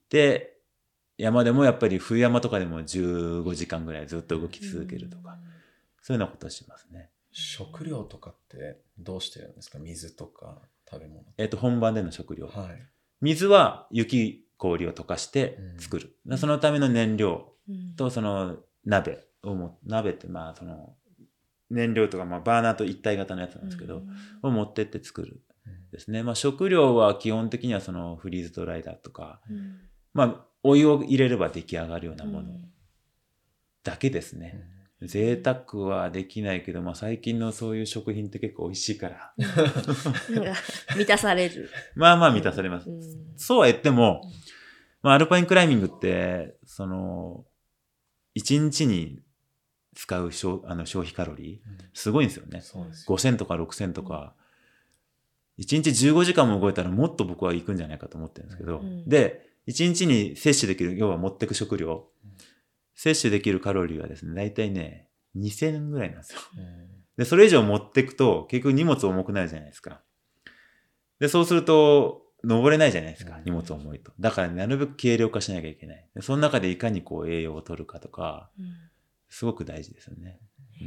山でもやっぱり冬山とかでもじゅうごじかんぐらいずっと動き続けるとか、そういうようなことをしますね。 食料とかってどうしてるんですか？水とか食べ物。 えっと、本番での食料。 はい。 水は雪氷を溶かして作る。 うん、 そのための燃料と、 うん、 その鍋をも、鍋ってまあその燃料とかまあバーナーと一体型のやつなんですけど、うん、を持ってって作るですね。まあ食料は基本的にはそのフリーズドライだとか、うん、まあお湯を入れれば出来上がるようなものだけですね。うん贅沢はできないけど、まあ、最近のそういう食品って結構美味しいからなんか満たされるまあまあ満たされます、うん、そうは言っても、うんまあ、アルパインクライミングってそのいちにちに使う消、あの消費カロリーすごいんですよね、うん、ごせんとかろくせんとか、うん、いちにちじゅうごじかんも動いたらもっと僕は行くんじゃないかと思ってるんですけど、うん、でいちにちに摂取できる要は持ってく食料、うん摂取できるカロリーはですね、だいたいね、にせんぐらいなんですよ。で、それ以上持っていくと、結局荷物重くなるじゃないですか。で、そうすると、登れないじゃないですか、荷物重いと。だから、なるべく軽量化しなきゃいけない。でその中でいかにこう栄養を取るかとか、すごく大事ですよね。うん、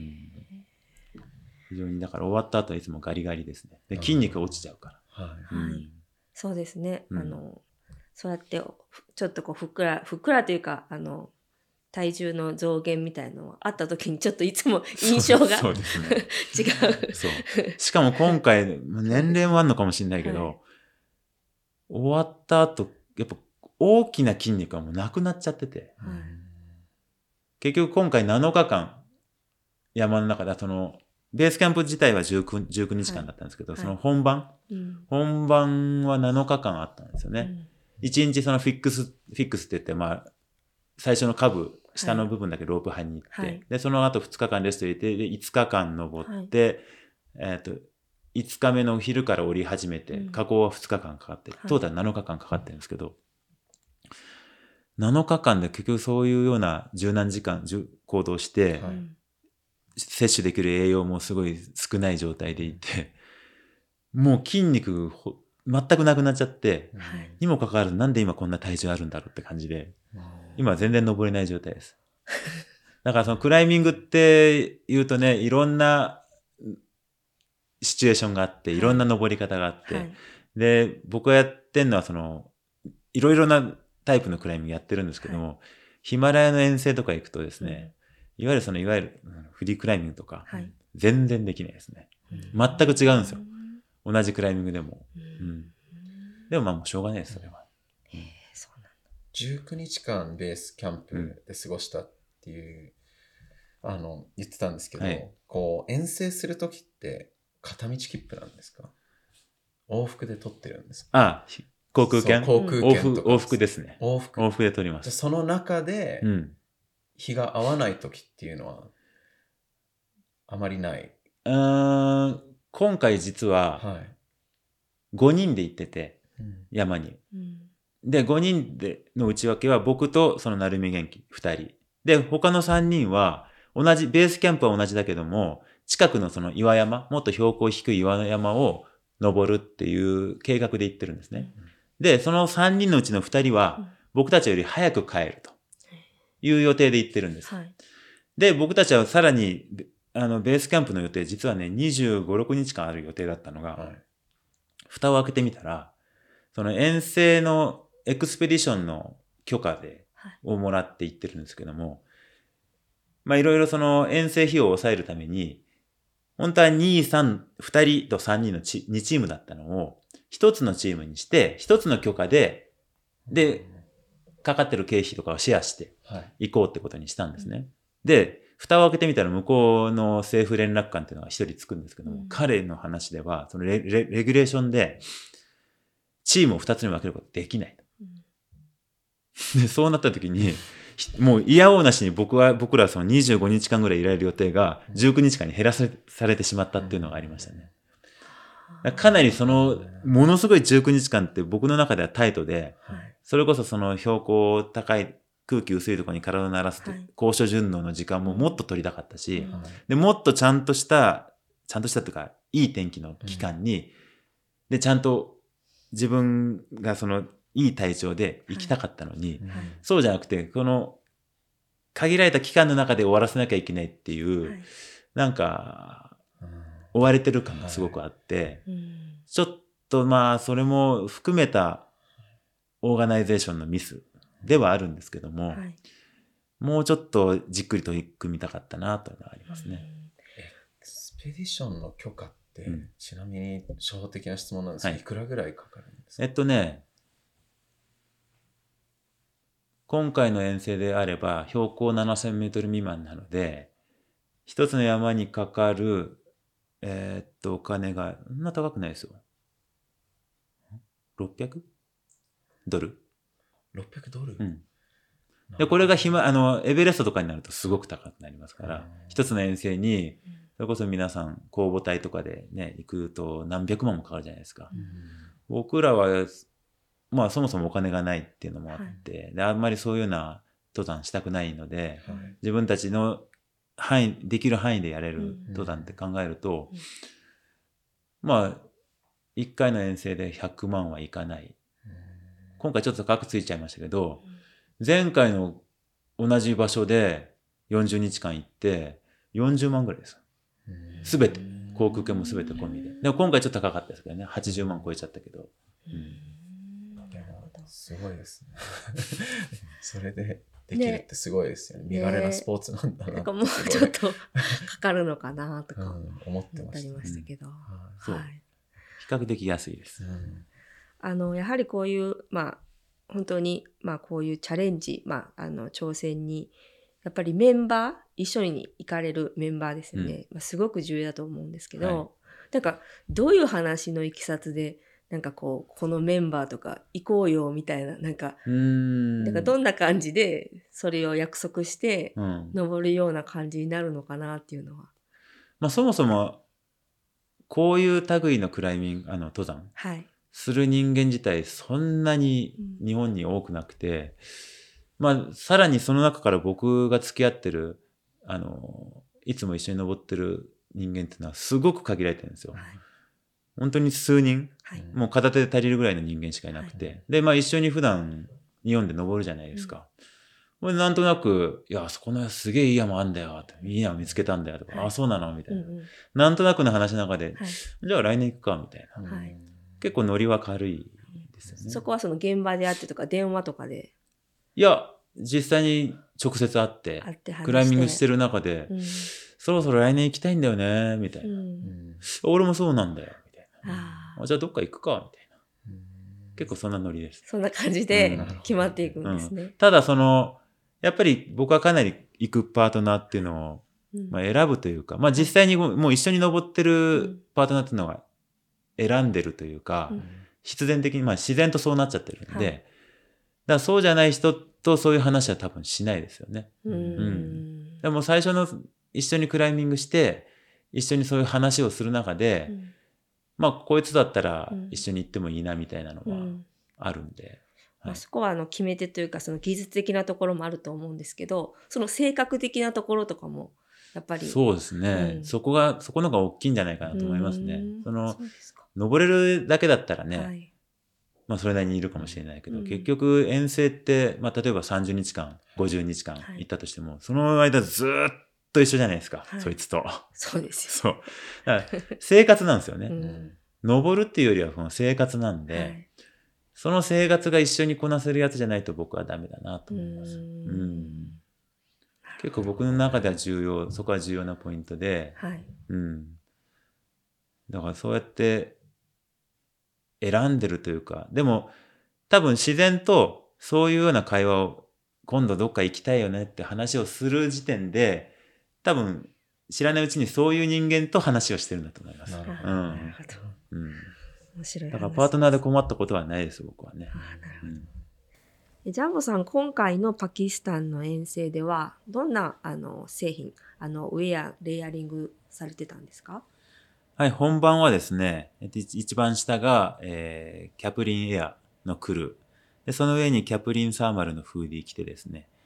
非常に、だから終わった後はいつもガリガリですね。で、筋肉が落ちちゃうから。はい。 うん、そうですね。うん、あの、そうやってちょっとこうふっくらふっくらというかあの体重の増減みたいなのはあった時にちょっといつも印象がそうですね違う。 そうしかも今回年齢もあるのかもしれないけど、はい、終わった後やっぱ大きな筋肉はもうなくなっちゃってて、はい、結局今回なのかかん山の中でそのベースキャンプ自体はじゅうくにちかんだったんですけど、はい、その本番、はいうん、本番はなのかかんあったんですよね、うんいちにちそのフィックス、フィックスって言って、まあ、最初の下部、下の部分だけロープ張りに行って、はい、で、その後ふつかかんレスト入れて、で、いつかかん登って、はい、えっと、いつかめの昼から降り始めて、うん、下降はふつかかんかかって、トータルなのかかんかかってるんですけど、はい、なのかかんで結局そういうような十何時間行動して、はい、摂取できる栄養もすごい少ない状態でいて、もう筋肉全くなくなっちゃって、はい、にもかかわらずなんで今こんな体重あるんだろうって感じで、今は全然登れない状態です。だからそのクライミングって言うとね、いろんなシチュエーションがあって、いろんな登り方があって、はい、で、僕がやってんのはその、いろいろなタイプのクライミングやってるんですけども、はい、ヒマラヤの遠征とか行くとですね、うん、いわゆるその、いわゆるフリークライミングとか、はい、全然できないですね。全く違うんですよ。同じクライミングでも。うんうん、でもまあもうしょうがないです、それは。 へえ、そうなんだ。 じゅうくにちかんベースキャンプで過ごしたっていう、うん、あの、言ってたんですけど、はい、こう、遠征するときって片道切符なんですか？往復で取ってるんですか？ ああ、航空券航空券とか往復ですね。 往復。 往復で取ります。 その中で、日が合わないときっていうのは、あまりない。 うーん今回実はごにんで行ってて、はい、山に、うん、でごにんでの内訳は僕とその鳴海元気ふたりで、他のさんにんは同じベースキャンプは同じだけども近くのその岩山もっと標高低い岩山を登るっていう計画で行ってるんですね、うん、でそのさんにんのうちのふたりは僕たちより早く帰るという予定で行ってるんです、はい、で僕たちはさらにあのベースキャンプの予定実はねにじゅうご、ろくにちかんある予定だったのが、はい、蓋を開けてみたらその遠征のエクスペディションの許可で、はい、をもらって行ってるんですけども、まあいろいろその遠征費用を抑えるために本当はに、さん、ふたりとさんにんのチにチームだったのをひとつのチームにしてひとつの許可ででかかってる経費とかをシェアして行こうってことにしたんですね、はい、で蓋を開けてみたら向こうの政府連絡官っていうのが一人つくんですけども、うん、彼の話ではその レ, レ, レギュレーションでチームを二つに分けることできない、うん、でそうなった時にもう嫌おうなしに僕は僕らはそのにじゅうごにちかんぐらいいられる予定がじゅうくにちかんに減らされてしまったっていうのがありましたね。かなりそのものすごいじゅうくにちかんって僕の中ではタイトで、はい、それこそその標高高い空気薄いところに体を慣らすと、 はい高所順応の時間ももっと取りたかったし、 うんはいでもっとちゃんとしたちゃんとしたというかいい天気の期間に、でちゃんと自分がそのいい体調で行きたかったのに、 うんはいそうじゃなくてこの限られた期間の中で終わらせなきゃいけないっていう、 はいなんかうん追われてる感がすごくあって、 うんちょっとまあそれも含めたオーガナイゼーションのミスではあるんですけども、 はいもうちょっとじっくり取り組みたかったなというのがありますね。 エクスペディションの許可って、 うんちなみに初歩的な質問なんですけど、 はいいくらぐらいかかるんですか？ えっとね、今回の遠征であれば標高ななせんメートル未満なので、一つの山にかかる、えーっと、お金が、そんな高くないですよ。ろっぴゃくドル。 ろっぴゃくドル、 うん。で、これがひま、あの、エベレストとかになるとすごく高くなりますからうん、 一つの遠征に、 うんそれこそ皆さん、公募隊とかでね、行くと何百万もかかるじゃないですか。 うん僕らは、まあそもそもお金がないっていうのもあって、であんまりそういうような登山したくないので、 はい自分たちの範囲、できる範囲でやれるうん登山って考えると、 うんまあ、いっかいの遠征でひゃくまんはいかない。今回ちょっと額ついちゃいましたけど、前回の同じ場所でよんじゅうにちかん行ってよんじゅうまんぐらいです。 うんすべて、航空券もすべて込みで。でも今回ちょっと高かったですけどね、はちじゅうまん超えちゃったけど。うんうんでなるほどもすごいですね。それでできるってすごいですよね。身軽なスポーツなんだなってなんかもうすごいちょっとかかるのかなとかうん、思って思ったりました。 ましたけど、 はそうはい、 比較的安いですい。うんあのやはりこういうまあ本当にまあこういうチャレンジ、まあ、あの挑戦にやっぱりメンバー一緒に行かれるメンバーですよね、まあ、すごく重要だと思うんですけど、 はいなんかどういう話のいきさつでなんかこうこのメンバーとか行こうよみたいななんか、 うーん。 なんかどんな感じでそれを約束してうん。 登るような感じになるのかなっていうのは、 まあそもそも、こういう類のクライミング、あの、登山はい、 する人間自体そんなに日本に多くなくて、まあさらにその中から僕が付き合ってる、あの、いつも一緒に登ってる人間っていうのはすごく限られてるんですよ。 はい、 本当に数人、 はい、 もう片手で足りるぐらいの人間しかいなくて、 はいで、まあ一緒に普段日本で登るじゃないですか。これなんとなく、いや、そこのすげえいい山あんだよ、いい山見つけたんだよとか、 はいあ、そうなのみたいな、 うんうん、 なんとなくの話の中で、 はい、 じゃあ来年行くか、みたいな。 はい結構ノリは軽いですよね。 そこはその現場であってとか電話とかでいや、実際に直接会って、 会って話してクライミングしてる中で、 うんそろそろ来年行きたいんだよね、みたいな。 うんうん俺もそうなんだよ、みたいな。 あーあじゃあどっか行くか、みたいな。 うん結構そんなノリです。 そんな感じでうん決まっていくんですね。 ただその、やっぱり僕はかなり行くパートナーっていうのを、 うんまあ、選ぶというか、まあ実際にもうもう一緒に登ってうるんパートナーっていうのが選んでるというか、 うん必然的に、まあ自然とそうなっちゃってるんで、 はいだからそうじゃない人とそういう話は多分しないですよね。 うんうんでも最初の一緒にクライミングして、一緒にそういう話をする中で、 うんまあこいつだったらうん一緒に行ってもいいなみたいなのはうんあるんで。はいまあ、そこはあの決め手というかその技術的なところもあると思うんですけど、その性格的なところとかもやっぱりそうですね、 うんそこが、そこのが大きいんじゃないかなと思いますねう。んその、 そうですか登れるだけだったらね、 はいまあそれなりにいるかもしれないけど、 うん結局遠征って、まあ例えばさんじゅうにちかん、ごじゅうにちかんはい行ったとしても、その間ずーっと一緒じゃないですか、 はいそいつと。 そうですそう。だから生活なんですよね。 よ。ううんん登るっていうよりはこの生活なんで、 はいその生活が一緒にこなせるやつじゃないと僕はダメだなとう思います。うんん結構僕の中では重要、そこは重要なポイントで、 はいうん。だからそうやって選んでるというか、でも多分自然とそういうような会話を今度どっか行きたいよねって話をする時点で、多分知らないうちにそういう人間と話をしてるんだと思います。 なるほあうんなるほどうん。 面白い話だからパートナーで困ったことはないです、僕はね。 あなるほどうんえジャンボさん、今回のパキスタンの遠征ではどんなあの製品あのウェアレイヤリングされてたんですか？ はい、本番はですね、えっと一一番下が、えーキャプリンエアのクルー。で、その上にキャプリンサーマルのフーディー着てですね。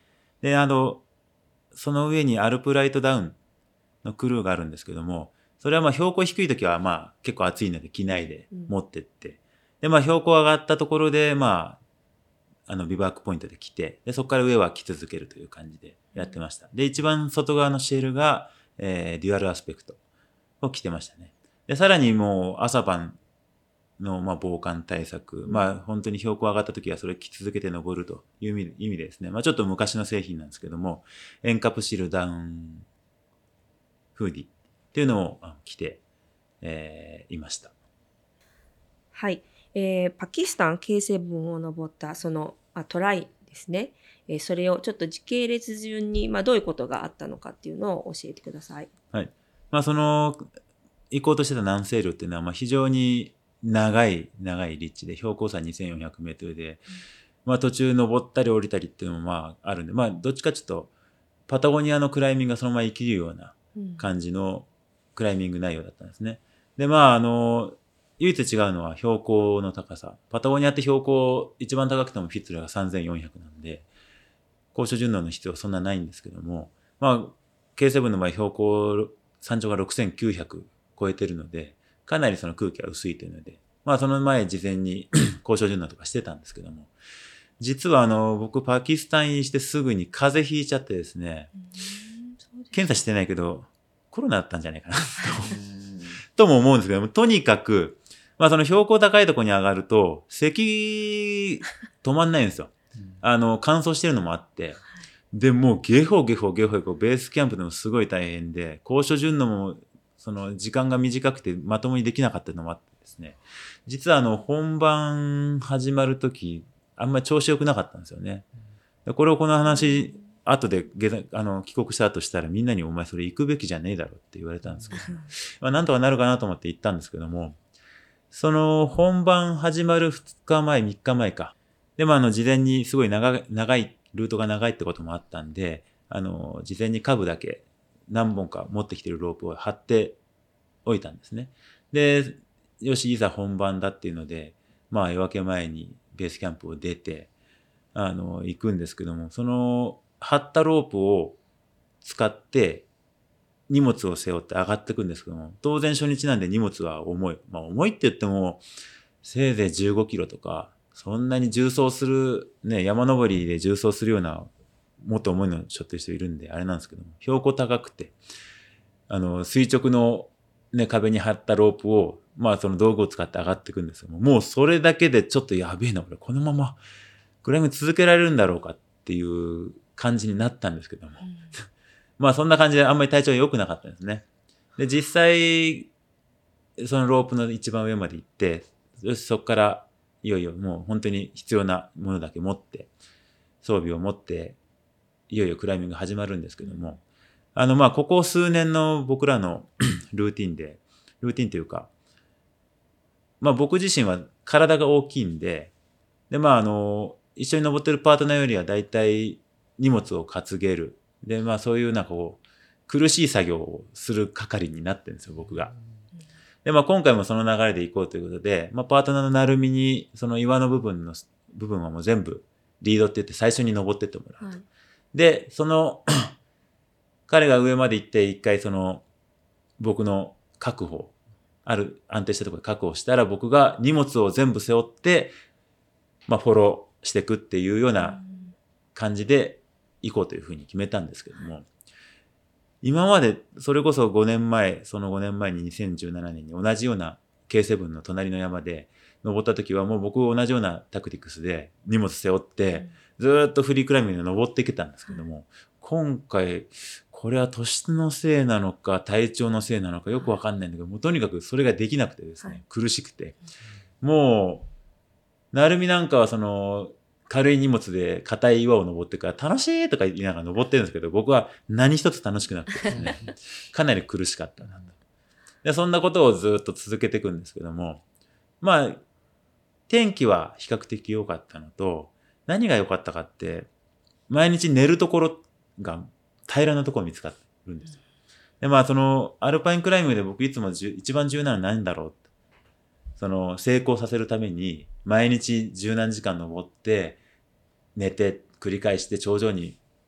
で、あの、その上にアルプライトダウンのクルーがあるんですけども、それはまあ標高低い時はまあ結構暑いので着ないで持ってって、うん、でまあ標高上がったところでまああのビバークポイントで着て、でそこから上は着続けるという感じでやってました。で一番外側のシェルが、えー、デュアルアスペクトを着てましたね。でさらにもう朝晩のまあ防寒対策、うん、まあ本当に標高上がった時はそれ着続けて登るという意味で、意味でですね、まあちょっと昔の製品なんですけども、エンカプシルダウンフーディっていうのを着て、えー、いました。 はい、えー、パキスタン ケーセブン を登ったそのあトライですね、えー、それをちょっと時系列順に、まあ、どういうことがあったのかっていうのを教えてください。 はい、まあその行こうとしてた南西路っていうのはまあ非常に長い長い立地で標高差にせんよんひゃくメートルで、うん、まあ途中登ったり降りたりっていうのもまああるんで、まあどっちかちょっとパタゴニアのクライミングがそのまま生きるような感じのクライミング内容だったんですね。で、まあ、あの、唯一違うのは標高の高さ。パタゴニアって標高一番高くてもフィッツルがさんぜんよんひゃくなんで、高所順応の必要はそんなないんですけども、まあ、ケーセブン の場合標高、山頂がろくせんきゅうひゃく超えてるので、かなりその空気が薄いというので、まあその前事前に高所順応とかしてたんですけども、実はあの、僕パキスタン入りしてすぐに風邪ひいちゃってですね、検査してないけど、コロナだったんじゃないかなとも思うんですけども、とにかく、まあその標高高いところに上がると、咳止まんないんですよ。あの、乾燥してるのもあって。で、もうゲホゲホゲホゲホ、ベースキャンプでもすごい大変で、高所順応も、その時間が短くてまともにできなかったのもあってですね。実はあの、本番始まるとき、あんまり調子良くなかったんですよね。これをこの話、後であの帰国したとしたらみんなにお前それ行くべきじゃねえだろって言われたんですけど、まあなんとかなるかなと思って行ったんですけども、その本番始まるふつかまえ、みっかまえか。でもあの事前にすごい長い、長い、ルートが長いってこともあったんで、あの事前にカブだけ何本か持ってきてるロープを張っておいたんですね。で、よし、いざ本番だっていうので、まあ夜明け前にベースキャンプを出て、あの、行くんですけども、その、張ったロープを使って荷物を背負って上がっていくんですけども、当然初日なんで荷物は重い。まあ重いって言っても、せいぜいじゅうごキロとか、そんなに重装する、ね、山登りで重装するような、もっと重いのを背負ってる人いるんで、あれなんですけども、標高高くて、あの、垂直のね、壁に張ったロープを、まあその道具を使って上がっていくんですけども、もうそれだけでちょっとやべえな、俺このまま、クライミング続けられるんだろうかっていう感じになったんですけども。うん、まあそんな感じであんまり体調が良くなかったんですね。で、実際、そのロープの一番上まで行って、よし、そこからいよいよもう本当に必要なものだけ持って、装備を持って、いよいよクライミング始まるんですけども、あのまあここ数年の僕らのルーティンで、ルーティンというか、まあ僕自身は体が大きいんで、でまああの、一緒に登ってるパートナーよりはだいたい荷物を担げる。で、まあそういうなんかこう、苦しい作業をする係になってるんですよ、僕が。で、まあ今回もその流れで行こうということで、まあパートナーのなるみに、その岩の部分の、部分はもう全部リードって言って最初に登ってってもらうと。はい、で、その、彼が上まで行って一回その、僕の確保、ある安定したところで確保したら僕が荷物を全部背負って、まあフォローしていくっていうような感じで行こうというふうに決めたんですけども、今までそれこそごねんまえ、そのごねんまえににせんじゅうななねんに同じような ケーセブン の隣の山で登った時はもう僕同じようなタクティクスで荷物背負ってずっとフリークライミングで登ってきたんですけども、今回これは年のせいなのか体調のせいなのかよくわかんないんだけど、もうとにかくそれができなくてですね、苦しくて、もうなるみなんかはその軽い荷物で硬い岩を登ってから楽しいとか言いながら登ってるんですけど、僕は何一つ楽しくなくてですね、かなり苦しかったなと。で、そんなことをずっと続けていくんですけども、まあ、天気は比較的良かったのと、何が良かったかって、毎日寝るところが平らなところ見つかるんですよ。で、まあ、その、アルパインクライミングで僕いつも一番重要なのは何だろうその成功させるために毎日十何時間登って寝て繰り返して頂上に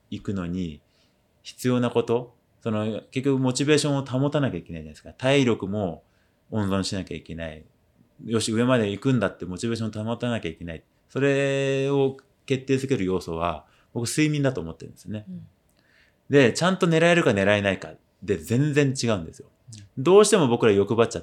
行くのに必要なこと、その結局モチベーションを保たなきゃいけないじゃないですか。体力も温存しなきゃいけない。よし、上まで行くんだってモチベーションを保たなきゃいけない。それを決定づける要素は、僕睡眠だと思ってるんですよね。うん、で、ちゃんと狙えるか狙えないかで全然違うんですよ。うん、どうしても僕ら欲張っちゃって、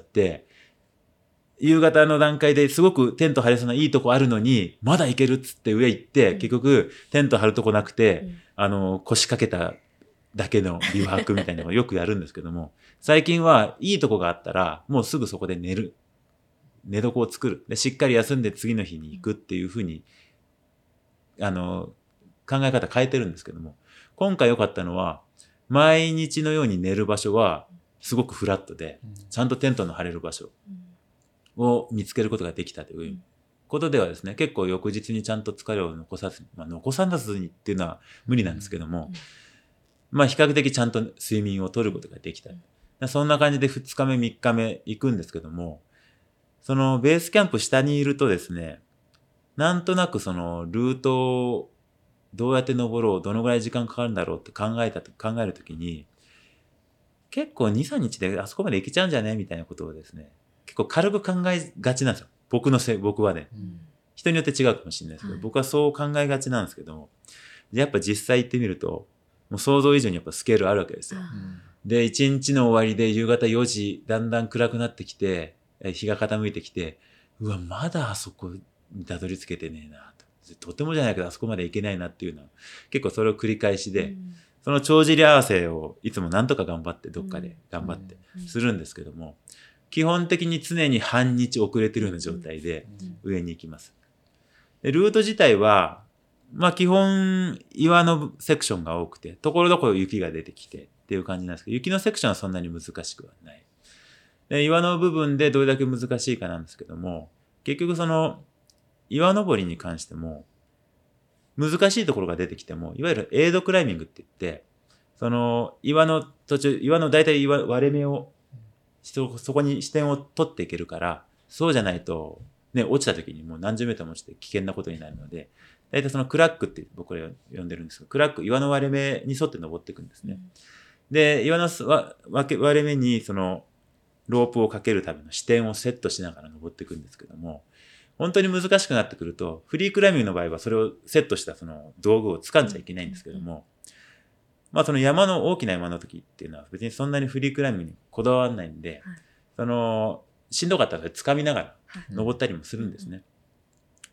夕方の段階ですごくテント張れそうないいとこあるのに、まだ行けるっつって上行って、うん、結局テント張るとこなくて、うん、あの、腰掛けただけのビューハックみたいなのをよくやるんですけども、最近はいいとこがあったら、もうすぐそこで寝る。寝床を作る。で、しっかり休んで次の日に行くっていうふうに、あの、考え方変えてるんですけども、今回良かったのは、毎日のように寝る場所はすごくフラットで、ちゃんとテントの張れる場所を見つけることができたということではですね、結構翌日にちゃんと疲れを残さずに、まあ、残さずにっていうのは無理なんですけども、まあ比較的ちゃんと睡眠を取ることができた。そんな感じでふつかめ、みっかめ行くんですけども、そのベースキャンプ下にいるとですね、なんとなくそのルートをどうやって登ろう、どのぐらい時間かかるんだろうって考えたと、考えるときに、結構に、さんにちであそこまで行けちゃうんじゃねみたいなことをですね、結構軽く考えがちなんですよ。僕のせい、僕はね、うん。人によって違うかもしれないですけど、はい、僕はそう考えがちなんですけども、やっぱ実際行ってみると、もう想像以上にやっぱスケールあるわけですよ。うん、で、いちにちの終わりで夕方よじ、だんだん暗くなってきて、日が傾いてきて、うわ、まだあそこにたどり着けてねえなと。とてもじゃないけどあそこまで行けないなっていうのは、結構それを繰り返しで、うん、その帳尻合わせをいつもなんとか頑張ってどっかで頑張ってするんですけども、基本的に常に半日遅れてるような状態で上に行きます。でルート自体は、まあ基本岩のセクションが多くて、ところどころ雪が出てきてっていう感じなんですけど、雪のセクションはそんなに難しくはない。で岩の部分でどれだけ難しいかなんですけども、結局その岩登りに関しても難しいところが出てきても、いわゆるエイドクライミングって言って、その岩の途中、岩の大体岩割れ目をそ、そこに視点を取っていけるから、そうじゃないと、ね、落ちた時にもう何十メートルも落ちて危険なことになるので、大体そのクラックって僕ら呼んでるんですけど、クラック、岩の割れ目に沿って登っていくんですね。で、岩の割れ目にそのロープをかけるための視点をセットしながら登っていくんですけども、本当に難しくなってくると、フリークライミングの場合はそれをセットしたその道具を掴んじゃいけないんですけども、まあその山の大きな山の時っていうのは別にそんなにフリークライミングにこだわらないんで、はい、そのしんどかったら掴みながら登ったりもするんですね。はい、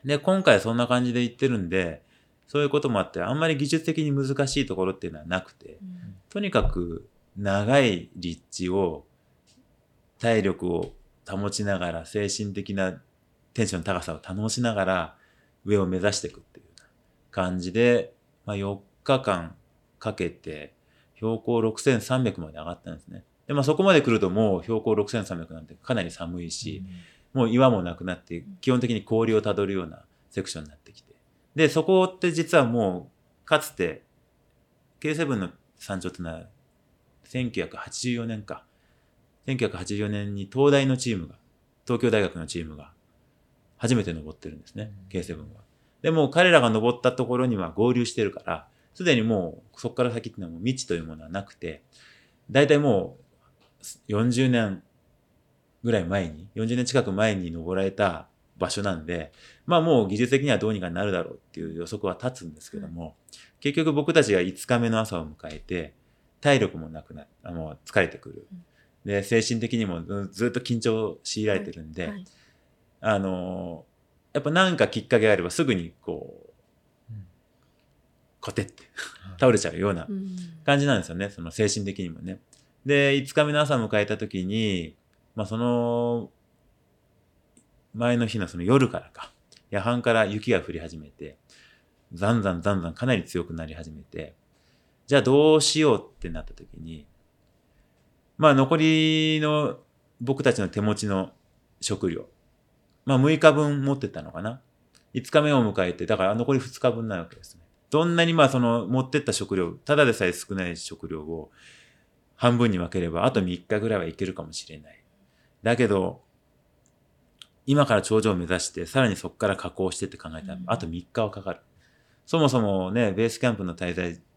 で、今回はそんな感じで行ってるんで、そういうこともあってあんまり技術的に難しいところっていうのはなくて、うん、とにかく長い立地を体力を保ちながら精神的なテンションの高さを楽しながら上を目指していくっていう感じで、まあ、よっかかんかけて標高ろくせんさんびゃくまで上がったんですね。で、まあそこまで来るともう標高ろくせんさんびゃくなんてかなり寒いし、うん、もう岩もなくなって基本的に氷をたどるようなセクションになってきて。で、そこって実はもうかつて ケーセブン の山頂ってのはせんきゅうひゃくはちじゅうよねんか。せんきゅうひゃくはちじゅうよねんに東大のチームが、東京大学のチームが初めて登ってるんですね、うん、ケーセブン は。でも彼らが登ったところには合流してるから、すでにもうそこから先っていうのはもう未知というものはなくて、だいたいもうよんじゅうねんぐらい前に、よんじゅうねん近く前に登られた場所なんで、まあもう技術的にはどうにかなるだろうっていう予測は立つんですけども、うん、結局僕たちがいつかめの朝を迎えて、体力もなくなあの疲れてくる。で、精神的にもずっと緊張強いられてるんで、はいはい、あの、やっぱなんかきっかけがあればすぐにこう、うん、コテって倒れちゃうような感じなんですよね。その精神的にもね。で、いつかめの朝を迎えた時に、まあその、前の日のその夜からか、夜半から雪が降り始めて、ざんざんざんざんかなり強くなり始めて、じゃあどうしようってなった時に、まあ残りの僕たちの手持ちの食料、まあむいかぶん持ってたのかな。いつかめを迎えて、だから残りふつかぶんなわけですね。どんなにまあその持ってった食料、ただでさえ少ない食料を半分に分ければあとみっかぐらいはいけるかもしれない。だけど、今から頂上を目指してさらにそこから加工してって考えたらあとみっかはかかる。そもそもね、ベースキャンプの滞在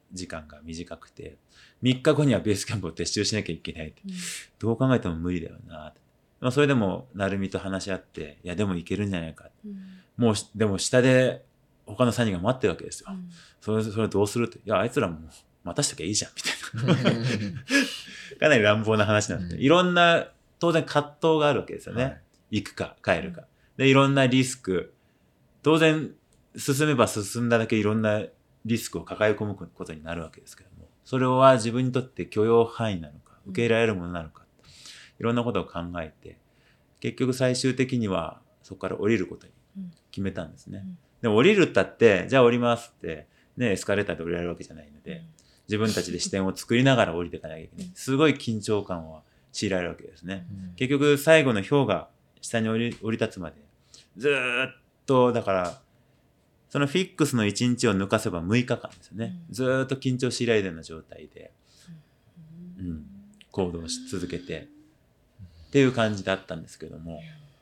時間が短くて、みっかごにはベースキャンプを撤収しなきゃいけないって、うん、どう考えても無理だよなって。まあ、それでも成美と話し合って、いやでもいけるんじゃないか、うん、もうでも下で他のさんにんが待ってるわけですよ、うん、それそれどうするって、いやあいつらも待たしときゃいいじゃんみたいなかなり乱暴な話なんで、うん、いろんな当然葛藤があるわけですよね、はい、行くか帰るか、でいろんなリスク、当然進めば進んだだけいろんなリスクを抱え込むことになるわけですけども、それは自分にとって許容範囲なのか受け入れられるものなのか、いろんなことを考えて、結局最終的にはそこから降りることに決めたんですね、うん、でも降りるったってじゃあ降りますってね、エスカレーターで降りられるわけじゃないので、うん、自分たちで視点を作りながら降りていかなきゃいけない、すごい緊張感を強いられるわけですね、うん、結局最後の氷が下に降り、降り立つまでずーっと、だからそのフィックスのいちにちを抜かせばむいかかんですよね、うん、ずーっと緊張しいられるような状態で、うん、行動し続けてっていう感じだったんですけども、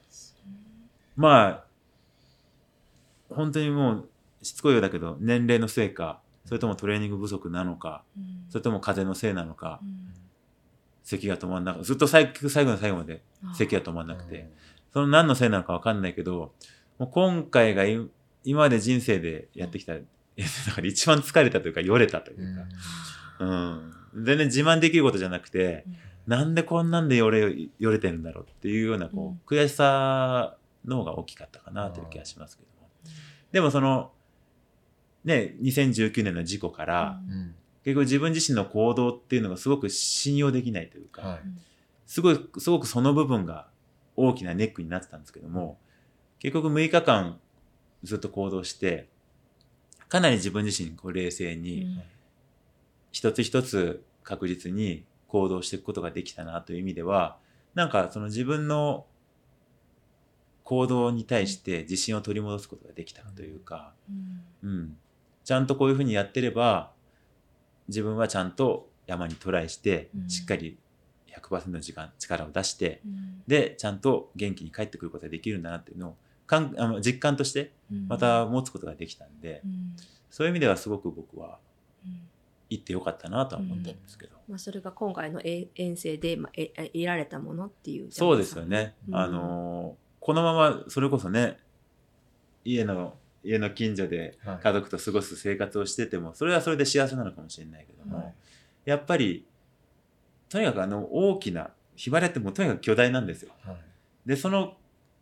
まあ本当にもうしつこいようだけど年齢のせいか、それともトレーニング不足なのか、うん、それとも風邪のせいなのか、うん、咳が止まんなくて、ずっと最後の最後まで咳が止まんなくて、その何のせいなのか分かんないけど、もう今回が今まで人生でやってきた、うん、だから一番疲れたというかよれたというか、うんうん、全然自慢できることじゃなくて、うん、なんでこんなんでよれ、よれてるんだろうっていうようなこう、うん、悔しさの方が大きかったかなという気がしますけども、うん、でもそのねにせんじゅうきゅうねんの事故から、うん、結構自分自身の行動っていうのがすごく信用できないというか、はい、すごいすごくその部分が大きなネックになってたんですけども、結局むいかかんずっと行動してかなり自分自身こう冷静に、うん、一つ一つ確実に行動していくことができたなという意味では、なんかその自分の行動に対して自信を取り戻すことができたというか、うんうん、ちゃんとこういうふうにやってれば自分はちゃんと山にトライして、うん、しっかり ひゃくパーセント の時間力を出して、うん、でちゃんと元気に帰ってくることができるんだなっていうのをかんあの実感としてまた持つことができたんで、うん、そういう意味ではすごく僕は行ってよかったなとは思ってるんですけど、 うんまあ、それが今回の遠征で、まあ、え得られたものっていう。 そうですよね、うん、あのこのままそれこそね家の家の近所で家族と過ごす生活をしててもそれはそれで幸せなのかもしれないけども、はい、やっぱりとにかくあの大きなヒマラヤってもうとにかく巨大なんですよ、はい、でその、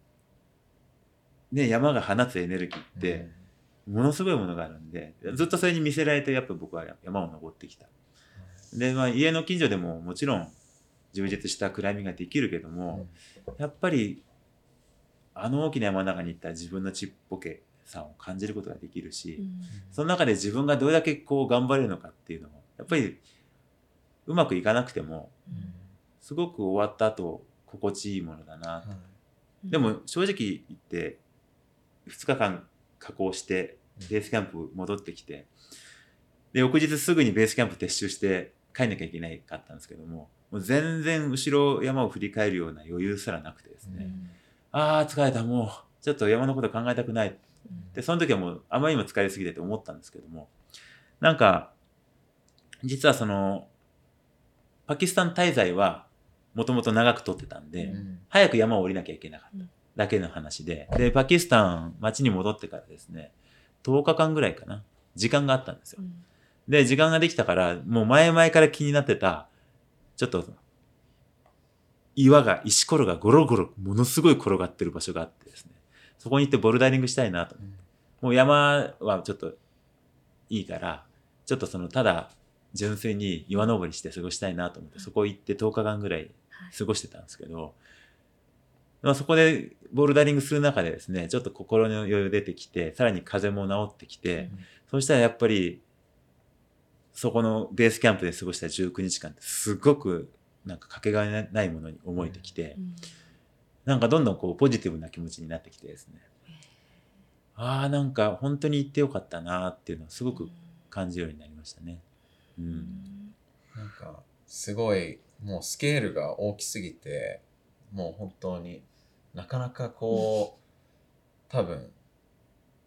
ね、山が放つエネルギーってものすごいものがあるんで、ずっとそれに見せられてやっぱ僕は山を登ってきた、で、まあ、家の近所でももちろん充実したクライミングができるけども、やっぱりあの大きな山の中に行ったら自分のちっぽけさを感じることができるし、うん、その中で自分がどれだけこう頑張れるのかっていうのもやっぱりうまくいかなくても、うん、すごく終わった後心地いいものだなと、うん、でも正直言ってふつかかん加工してベースキャンプ戻ってきて、で翌日すぐにベースキャンプ撤収して帰んなきゃいけないかったんですけども、もう全然後ろ山を振り返るような余裕すらなくてですね、うん、あー疲れた、もうちょっと山のこと考えたくない、うん、でその時はもうあまりにも疲れすぎてと思ったんですけども、なんか実はそのパキスタン滞在はもともと長く取ってたんで、うん、早く山を降りなきゃいけなかっただけの話で、でパキスタン町に戻ってからですねとおかかんぐらいかな時間があったんですよ、うん、で時間ができたからもう前々から気になってたちょっと岩が石ころがゴロゴロものすごい転がってる場所があってですね、そこに行ってボルダリングしたいなと思って、うん、もう山はちょっといいからちょっとそのただ純粋に岩登りして過ごしたいなと思って、そこ行ってとおかかんぐらい過ごしてたんですけど、はいまあ、そこでボルダリングする中でですねちょっと心の余裕出てきて、さらに風も治ってきて、うん、そしたらやっぱりそこのベースキャンプで過ごしたじゅうくにちかんってすごくなんかかけがえないものに思えてきて、うん、なんかどんどんこうポジティブな気持ちになってきてですね、ああなんか本当に行ってよかったなっていうのをすごく感じるようになりましたね、うん、 なんかすごいもうスケールが大きすぎてもう本当になかなかこう多分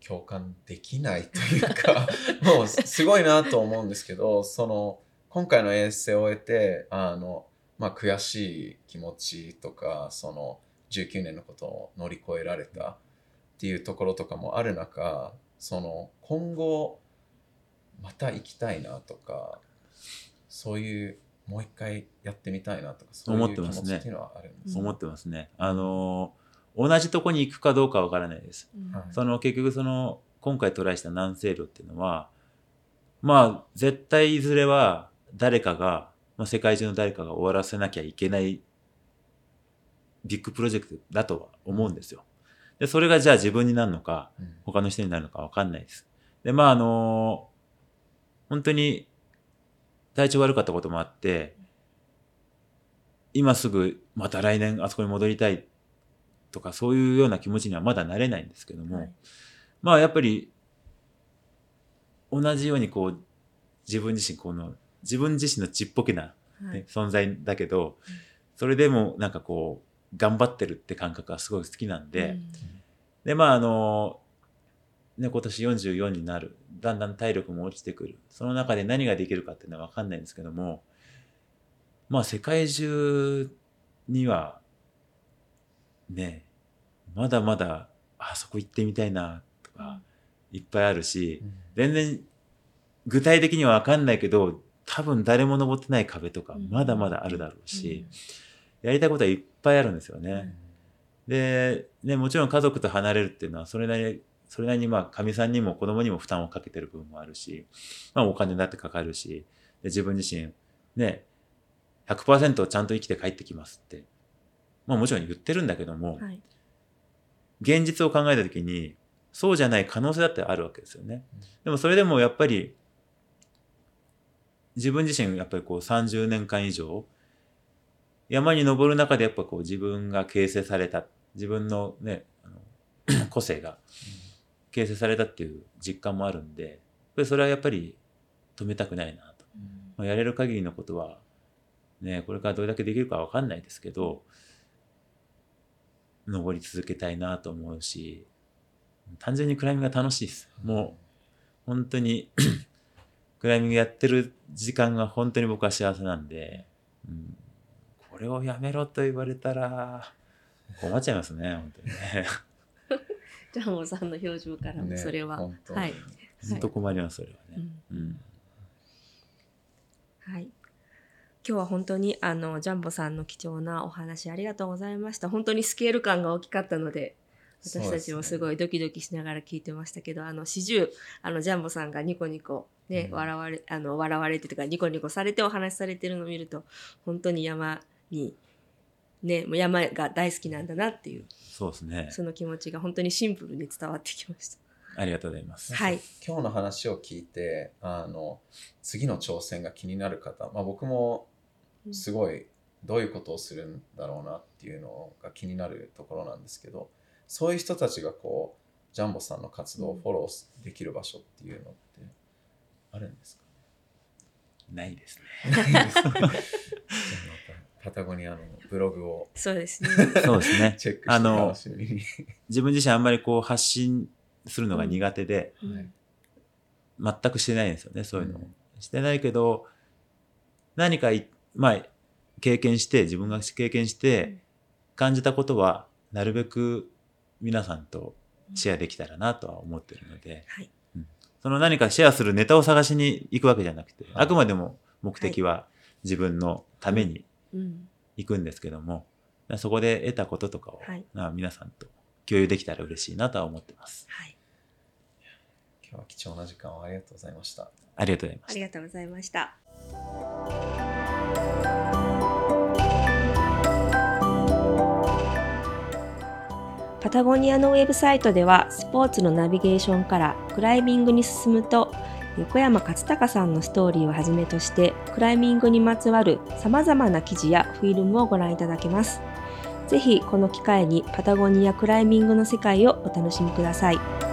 共感できないというかもうすごいなと思うんですけど、その今回のエッセイを終えてあの、まあ、悔しい気持ちとか、そのじゅうきゅうねんのことを乗り越えられたっていうところとかもある中、その今後また行きたいなとか、そういうもう一回やってみたいなとか、そういう気持ちっていうのはあるんですか？ 思ってますね。あの同じとこに行くかどうかわからないです。 うんはいその結局その今回トライした南西路っていうのは、まあ絶対いずれは誰かが、まあ、世界中の誰かが終わらせなきゃいけないビッグプロジェクトだとは思うんですよ。でそれがじゃあ自分になるのかうん他の人になるのかわかんないです。でまああの本当に体調悪かったこともあって、今すぐまた来年あそこに戻りたいとかそういうような気持ちにはまだなれないんですけども、 はい、 まあやっぱり同じようにこう自分自身この自分自身のちっぽけな、ねはい、 存在だけど、それでもなんかこう頑張ってるって感覚がすごい好きなんで、 うんでまああのね、今年よんじゅうよんになる、だんだん体力も落ちてくる、その中で何ができるかっていうのは分かんないんですけども、まあ世界中にはねまだまだあそこ行ってみたいなとかいっぱいあるし、 うん全然具体的には分かんないけど多分誰も登ってない壁とかまだまだあるだろうし、やりたいことはいっぱいあるんですよね。 うんでね、もちろん家族と離れるっていうのはそれなりそれなりにまあかみさんにも子供にも負担をかけてる部分もあるし、まあ、お金だってかかるし、で自分自身ね ひゃくパーセント ちゃんと生きて帰ってきますって、まあ、もちろん言ってるんだけども、 はい、 現実を考えた時にそうじゃない可能性だってあるわけですよね。でもそれでもやっぱり自分自身やっぱりこうさんじゅうねんかん以上山に登る中でやっぱこう自分が形成された、自分のねあの個性が形成されたっていう実感もあるんで、それはやっぱり止めたくないなと、まあ、やれる限りのことはねこれからどれだけできるかわかんないですけど登り続けたいなと思うし、単純にクライミングが楽しいです。もう本当にクライミングやってる時間が本当に僕は幸せなんで、うん、これをやめろと言われたら困っちゃいますね本当にねジャンボさんの表情からもそれは、 ね、 はい、 ずっと困りますそれはね、 うんうんはい、今日は本当にあのジャンボさんの貴重なお話ありがとうございました。本当にスケール感が大きかったので私たちもすごいドキドキしながら聞いてましたけど、あの始終あのジャンボさんがニコニコね、うん、笑われあの笑われてとかニコニコされてお話しされてるのを見ると本当に山にねもう山が大好きなんだなっていう、 そうですね、 その気持ちが本当にシンプルに伝わってきました。 ありがとうございます。 はい。 今日の話を聞いてあの次の挑戦が気になる方、まあ、僕もすごいどういうことをするんだろうなっていうのが気になるところなんですけど、そういう人たちがこうジャンボさんの活動をフォローできる場所っていうのってあるんですか？ ないですね。 パタゴニアのブログをそうですね。 そうですね。 チェックしてあの楽しみに自分自身あんまりこう発信するのが苦手で、 うん全くしてないんですよねそういうのを、 うん、 してないけど何かいまあ経験して自分が経験して感じたことはなるべく皆さんとシェアできたらなとは思ってるので、 はい、 うん、その何かシェアするネタを探しに行くわけじゃなくて、はい、あくまでも目的は自分のために行くんですけども、はい、そこで得たこととかを、はい、皆さんと共有できたら嬉しいなとは思ってます。 はい、 今日は貴重な時間をありがとうございました。 ありがとうございました。 ありがとうございました。パタゴニアのウェブサイトではスポーツのナビゲーションからクライミングに進むと横山勝隆さんのストーリーをはじめとしてクライミングにまつわるさまざまな記事やフィルムをご覧いただけます。ぜひこの機会にパタゴニアクライミングの世界をお楽しみください。